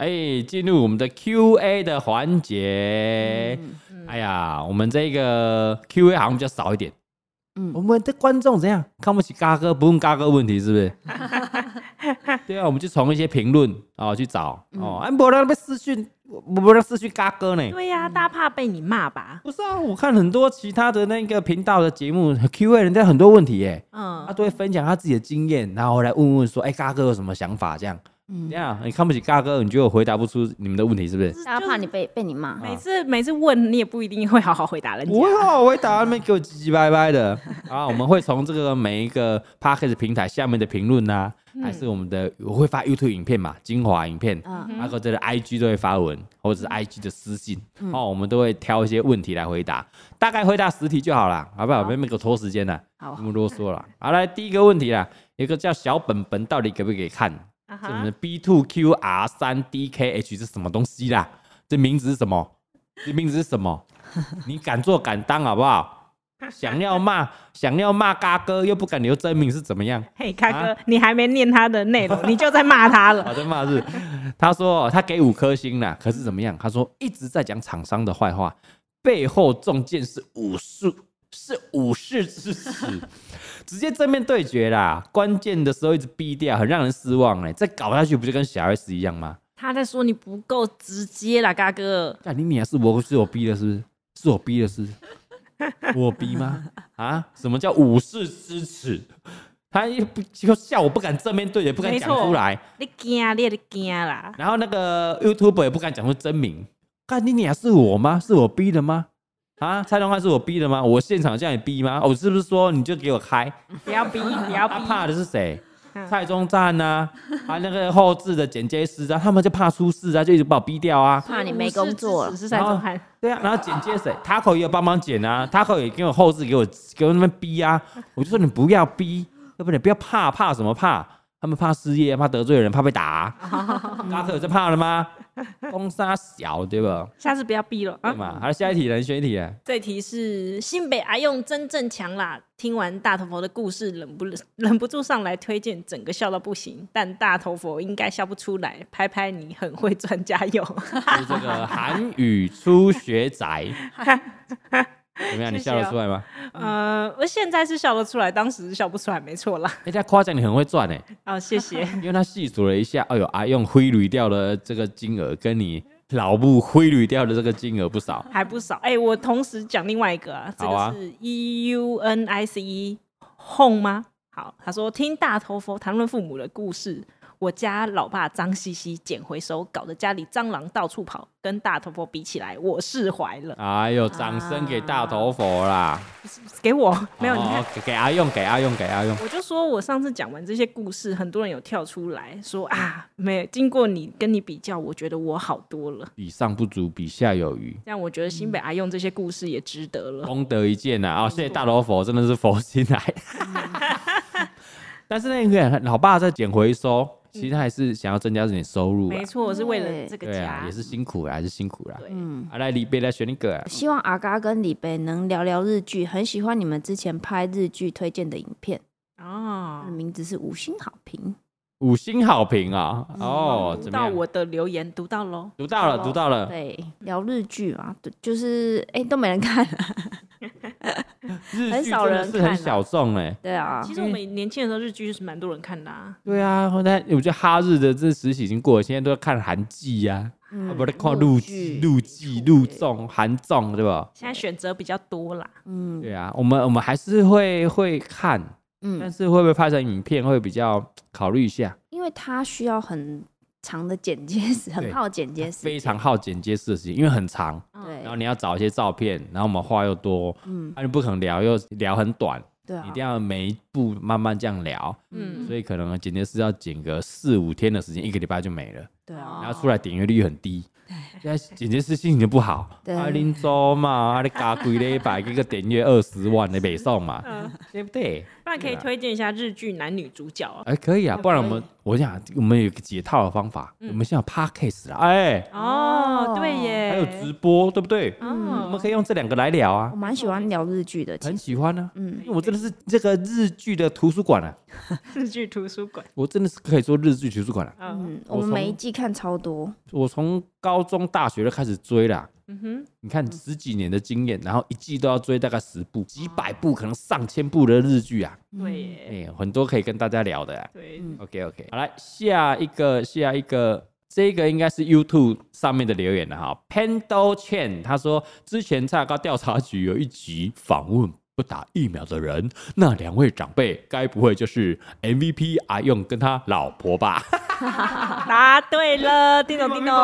哎，进入我们的 Q A 的环节。嗯、哎呀，我们这个 Q A 好像比较少一点。嗯，我们的观众怎样看不起嘎哥，不问嘎哥问题是不是？对啊，我们就从一些评论哦去找哦，哎、嗯，不让被私讯，不让私讯嘎哥呢？ 对呀、啊，大家怕被你骂吧？ 不是啊，我看很多其他的那个频道的节目 Q A， 人家很多问题耶，嗯，他都会分享他自己的经验，然后来问问说，哎、欸，嘎哥有什么想法这样？嗯，这样你看不起嘎哥，你就回答不出你们的问题，是不是？ 大家怕你被被你骂， 每次每次问你也不一定会好好回答人家， 不会好好回答，他们给我唧唧歪歪的啊！我们会从这个每一个 Podcast 平台下面的评论啊，嗯、还是我们的我会发 YouTube 影片嘛，精华影片，嗯，然后这个 I G 都会发文，或者是 I G 的私信、嗯、哦，我们都会挑一些问题来回答，大概回答十题就好了，好不好？别没给我拖时间了，好，不啰嗦了。好，来第一个问题啦，一个叫小本本，到底可不可以看？Uh-huh. 这我们的 B 二 Q R 三 D K H 是什么东西啦？这名字是什么？这名字是什么？你敢做敢当好不好？想要骂想要骂嘎哥又不敢留真名是怎么样？ 嘿，嘎哥、啊，你还没念他的内容，你就在骂他了。 我在骂是，他说他给五颗星啦，可是怎么样？他说一直在讲厂商的坏话，背后中箭是武术。是武士之耻，直接正面对决啦！关键的时候一直逼掉，很让人失望哎！再搞下去不就跟小 S 一样吗？ 他在说你不够直接啦，嘎哥。 干你娘！是我是我逼的，是不是？是我逼的，是我逼吗？啊？什么叫武士之耻？他一就笑我不敢正面对决，不敢讲出来。 你惊，你也惊啦。 然后那个 YouTuber 也不敢讲出真名。干你娘！是我吗？是我逼的吗？啊，蔡东汉是我逼的吗？我现场叫你逼吗？我是不是说你就给我开？ 不要逼，不要逼。 他怕的是谁？蔡宗赞啊，还那个后置的剪接师啊，他们就怕出事啊，就一直把我逼掉啊。 怕你没工作了。 是蔡宗汉。 对啊，然后剪接谁 ？Taco 也有帮忙剪啊 ，Taco 也给我后置给我给我那边逼啊。我就说你不要逼，要不然你不要怕，怕什么怕？他们怕失业，怕得罪人，怕被打。嘎哥有在怕了吗？公杀小对吧？ 下次不要逼了啊！ 对嘛？好，下一题人选一题啊。 这题是新北阿用真正强啦！听完大头佛的故事，忍不忍不住上来推荐，整个笑到不行。但大头佛应该笑不出来，拍拍你很会赚，加油！ 是这个韩语初学宅。怎么样？你笑得出来吗？ 呃，我现在是笑得出来，当时笑不出来，没错啦。 人家夸奖你很会赚哎。 哦，谢谢。 因为他细数了一下，哎呦，阿用挥捋掉的这个金额，跟你老布挥捋掉的这个金额不少， 还不少。哎、欸，我同时讲另外一个啊，这个是 E U N I C E Home 吗？好，他说听大头佛谈论父母的故事。我家老爸脏兮兮捡回收，搞得家里蟑螂到处跑，跟大头佛比起来，我释怀了。 哎呦，掌声给大头佛啦！啊、 给我没有？哦、你看， 给阿用，给阿用，给阿用。 我就说我上次讲完这些故事，很多人有跳出来说啊，没经过你跟你比较，我觉得我好多了。 比上不足，比下有余。 这样我觉得新北阿用这些故事也值得了， 功德一件呐！啊、哦，谢谢大头佛，真的是佛心来。但是那个老爸在捡回收。其实还是想要增加自己的收入， 没错，是为了这个家， 对啊，也是辛苦啦，还是辛苦啦。嗯，啊，来李贝来选一个、啊， 希望阿嘎跟李贝能聊聊日剧，很喜欢你们之前拍日剧推荐的影片哦，他的名字是五星好评， 五星好评啊！哦， 读到我的留言，读到喽， 读到了，读到了。 对，聊日剧嘛，就是哎、欸、都没人看了。 日剧真的是很小众哎、欸， 对啊。 其实我们年轻的时候日剧是蛮多人看的啊。 对啊，但我觉得哈日的这时期已经过了，现在都要看韩剧呀，不是看陆剧、陆剧、陆综、韩综，对吧？ 现在选择比较多啦。 嗯，对啊，我们我们还是会会看，嗯，但是会不会拍成影片会比较考虑一下， 因为它需要很长的剪接时，很耗剪接时， 非常耗剪接时的时间，因为很长。对，然后你要找一些照片，然后我们话又多，嗯，那、啊、你不可能聊又聊很短，对、啊，一定要每一步慢慢这样聊，嗯，所以可能剪接师要剪个四五天的时间，一个礼拜就没了，对啊，然后出来点阅率很低。现在剪接师心情就不好，啊，林州嘛，啊，你加几礼拜，这个点阅二十万的北宋嘛，嗯、对不对？ 不然可以推荐一下日剧男女主角啊？ 哎、欸，可以啊，不然我们我想我们有个解套的方法，嗯、我们现在有 podcast 啦，哎、欸， 哦，对耶， 还有直播，对不对？嗯，我们可以用这两个来聊啊。 我蛮喜欢聊日剧的， 很喜欢啊，嗯，因为我真的是这个日剧的图书馆啊， 日剧图书馆。 我真的是可以说日剧图书馆了、啊。 嗯嗯，我们每一季看超多， 我从高中、大学就开始追啦。 嗯哼， 你看十几年的经验，然后一季都要追大概十部、几百部，可能上千部的日剧啊， 对耶， 哎、很多可以跟大家聊的、啊。 对， OK OK， 好来下一个，下一个，这个应该是 YouTube 上面的留言了哈。Pendo Chen 他说，之前蔡高调查局有一集访问不打疫苗的人，那两位长辈该不会就是 M V P 阿用跟他老婆吧？ 答对了，叮咚叮咚。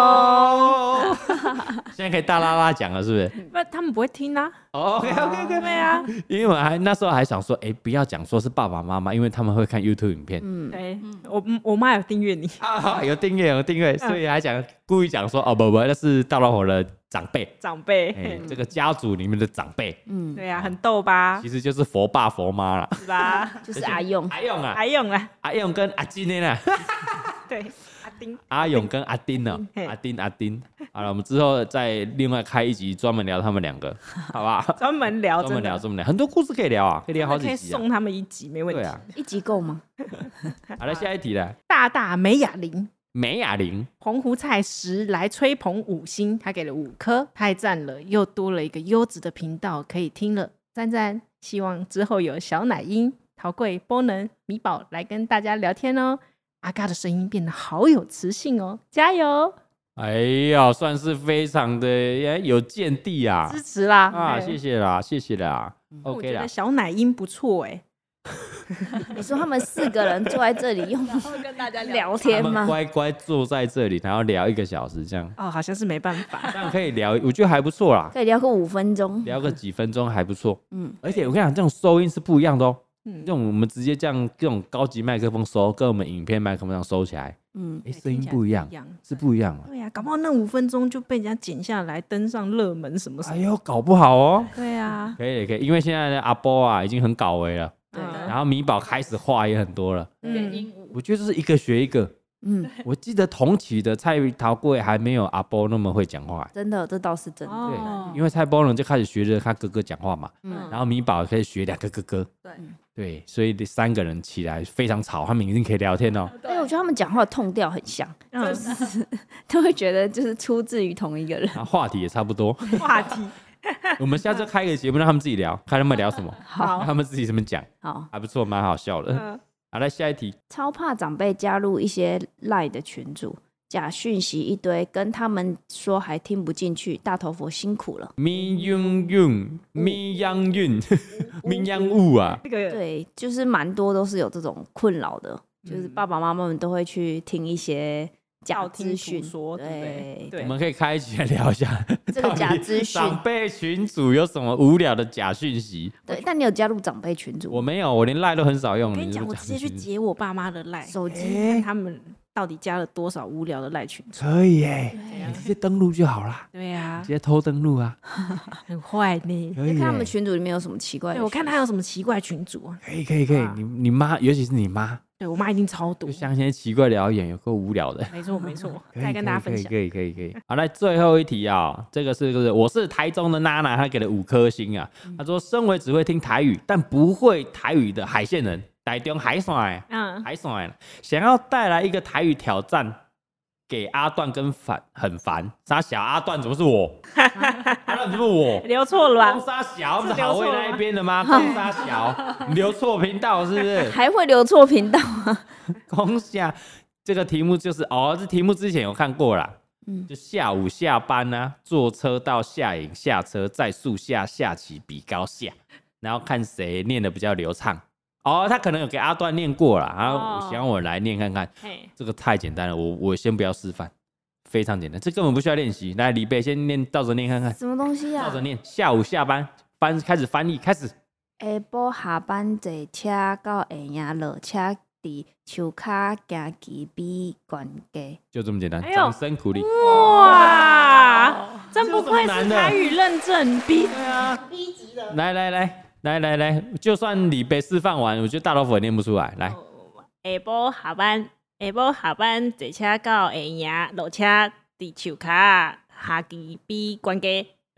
现在可以大拉拉讲了，是不是？ 不，他们不会听啊。 OK OK OK， 对啊， 因为我还那时候还想说，哎、不要讲说是爸爸妈妈，因为他们会看 YouTube 影片。 嗯， 对我我妈有订阅你。 啊，有订阅有订阅，所以还讲故意讲说，哦不不，那是大老虎的长辈， 长辈， 哎、这个家族里面的长辈， 嗯， 对啊，很逗吧其？实就是佛爸佛妈啦。 是吧？ 就是阿用， 阿勇啊， 还用了， 阿勇跟阿金呢？ 对，阿丁， 阿勇跟阿丁呢？ 嘿阿丁阿丁。好了，我们之后再另外开一集专门聊他们两个，好吧？ 专门聊， 专门聊， 真的， 专门聊，很多故事可以聊啊，可以聊好可以几集啊。 送他们一集，没问题对。啊， 一集够吗？ 好了，下一题了。 大大美雅玲， 美雅玲， 澎湖菜十来吹捧五星，他给了五颗，太赞了，又多了一个优质的频道可以听了，赞赞！希望之后有小奶音、陶贵、波能、米宝来跟大家聊天哦。阿嘎的声音变得好有磁性哦，加油， 哎呀，算是非常的有见地啊支持啦！ 啊， 哎谢谢啦，谢谢啦，OK 啦我觉得。小奶音不错哎， 你说他们四个人坐在这里用然后跟大家聊聊他们天吗？ 乖乖坐在这里，然后聊一个小时，这样哦，好像是没办法， 这样可以聊，我觉得还不错啦， 可以聊个五分钟。 聊个几分钟还不错。 嗯， 而且我跟你讲，这种收音是不一样的哦。 嗯这种我们直接这样这种高级麦克风收，跟我们影片麦克风上收起来， 嗯， 哎，声音不一样， 一样是不一样的。 对呀、搞不好那五分钟就被人家剪下来登上热门什么什么。 哎呦，搞不好哦。 对啊， 可以可以，因为现在的阿波啊已经很搞维了， 对嗯然后米宝开始话也很多了。 嗯， 变鹦鹉， 我觉得就是一个学一个。 嗯， 我记得同期的蔡桃贵还没有阿波那么会讲话， 真的，这倒是真的。 对， 哦因为蔡波呢就开始学着他哥哥讲话嘛， 嗯， 然后米宝可以学两个哥哥， 对对，所以这三个人起来非常吵，他们一定可以聊天哦。 哎，我觉得他们讲话的痛调很像， 嗯， 都会觉得就是出自于同一个人。 然后话题也差不多， 话题我们下次开个节目让他们自己聊，看他们聊什么， 好让他们自己怎么讲， 好， 还不错，蛮好笑的。 嗯好，来下一题， 超怕长辈加入一些赖的群组，假讯息一堆，跟他们说还听不进去，大头佛辛苦了。 咪yung yung 咪央韵咪央雾啊， 这个对，就是蛮多都是有这种困扰的，就是爸爸妈妈们都会去听一些假道听途资讯， 说，对不对？ 对， 我们可以开一起来聊一下这个假资讯， 长辈群组有什么无聊的假讯息。 对，但你有加入长辈群组？ 我没有，我连赖都很少用。 我跟你讲， 是不我直接去是假讯息截我爸妈的赖手机看他们到底加了多少无聊的赖群组。 可以耶， 对啊你直接登录就好啦， 对呀直，接偷登录啊， 很坏呢。 可以耶。 看他们群组里面有什么奇怪的对， 讯息。 我看他有什么奇怪群组啊？ 可以可以可以， 啊你你妈，尤其是你妈， 对我妈一定超多就。像一些奇怪的谣言，有够无聊的。 没错没错， 可以再跟大家分享可。以可以可以可以。好，来最后一题啊、这个是就是我是台中的娜娜，她给了五颗星啊。她说，身为只会听台语但不会台语的海线人，台中海线嗯， 海线想要带来一个台语挑战给阿段跟烦很烦。傻小阿段怎么是我？阿段怎么是我？ 留错了公吧？ 沙小不是是留错了吗好味那一边的吗？公沙小，你留错频道是不是？ 还会留错频道啊？ 空下这个题目就是哦，这题目之前有看过啦。 嗯就下午下班呢、啊，坐车到下营下车，在树下下棋比高下，然后看谁念的比较流畅。哦，他可能有给阿段念过了，然后哦想我来念看看。 嘿， 这个太简单了，我我先不要示范，非常简单，这根本不需要练习。来，李贝先念，倒着念看看， 什么东西啊倒着？念。下午下班翻开始翻译，开始。 下晡下班坐车到下营落车，伫树骹行棋比悬架。 就这么简单， 哎呦掌声鼓励。 哇，真不愧是这有什么难的台语认证 B 对啊，来来来来来来，就算李贝示范完，我觉得大老虎也念不出来。来， 下晡下班，下晡下班坐车到下营落车，伫树骹下棋比悬架。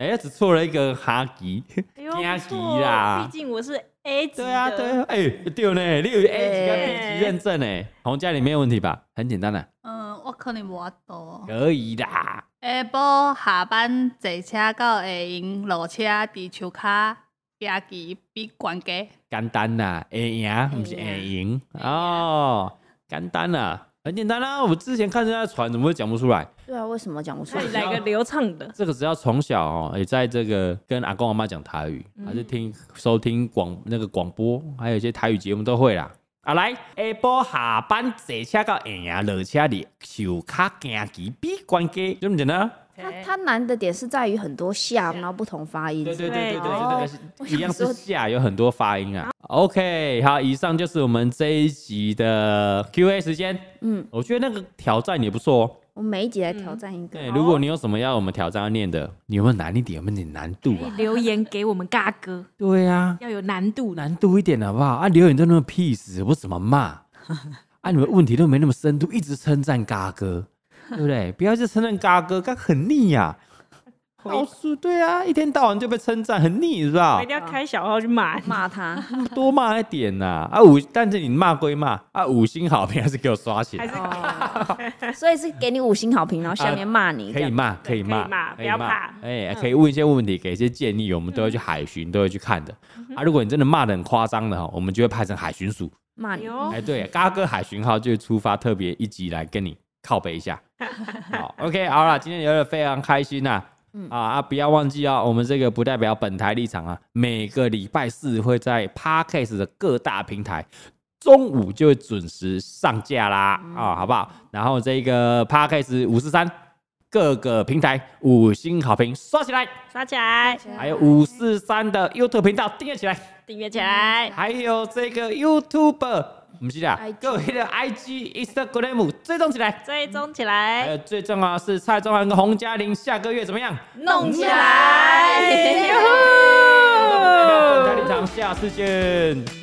哎，只错了一个哈吉， 哎呦， 惊奇不错啦毕竟我是 A 级的。 对啊，对啊，哎、对呢，你有 A 级跟 B 级认证呢，洪家里没有问题吧？很简单的， 嗯，我可能无法度。 可以的。 下晡下班坐车到下营落车，伫树骹行棋比关家。 简单啦，会赢不是会赢哦，简单啦，很简单啦。我之前看人家传，怎么会讲不出来？ 对啊，为什么讲不出那来？ 你来个流畅的。 这个只要从小哦，也在这个跟阿公阿妈讲台语， 嗯还是听收听广那个广播，还有一些台语节目都会啦。啊，来，下晡下班坐车到下营落车里树骹行棋比关家，就这么简单啊。 它它难的点是在于很多下，然后不同发音。 对对对对对， 哦这个一样是下，有很多发音啊。OK， 好，以上就是我们这一集的 Q A 时间。 嗯， 我觉得那个挑战也不错哦。 我们每一集来挑战一个。 对，如果你有什么要我们挑战要念的，你有没有难一点？有没有点难度啊？ 留言给我们嘎哥， 对呀， 要有难度。 难度一点好不好？啊，留言都那么屁死，我怎么骂？啊，你们问题都没那么深度，一直称赞嘎哥，对不对？不要去称赞嘎哥，嘎很腻呀。老师，对啊，一天到晚就被称赞，很腻，是吧我一？定要开小号去骂你。 骂他， 多骂一点呐、啊！五，但是你骂归骂啊，五星好评还是给我刷起来。 哦，所以是给你五星好评，然后下面骂你， 可以骂，可以骂， 可以骂不要怕哎、可以问一些问题，给一些建议，我们都会去海巡，都会去看的。啊，如果你真的骂的很夸张的哈，我们就会派成海巡署。 骂你。 哟哎、对，嘎哥海巡号就会出发特别一集来跟你靠北一下。好 ，OK， 好了，今天聊得非常开心呐、 嗯啊啊！不要忘记啊，我们这个不代表本台立场啊。每个礼拜四会在 Podcast 的各大平台中午就会准时上架啦，啊，好不好？然后这个 Podcast 五四三各个平台五星好评刷起来， 刷起来， 还有五四三的 YouTube 频道订阅起来， 订阅起来， 还有这个 YouTube。不是啦 I G， 各位的 I G、Instagram 追踪起来， 追踪起还来， 有最重要的是蔡宗涵跟洪嘉玲下个月怎么样？ 弄起来，哟本台立场，下次见。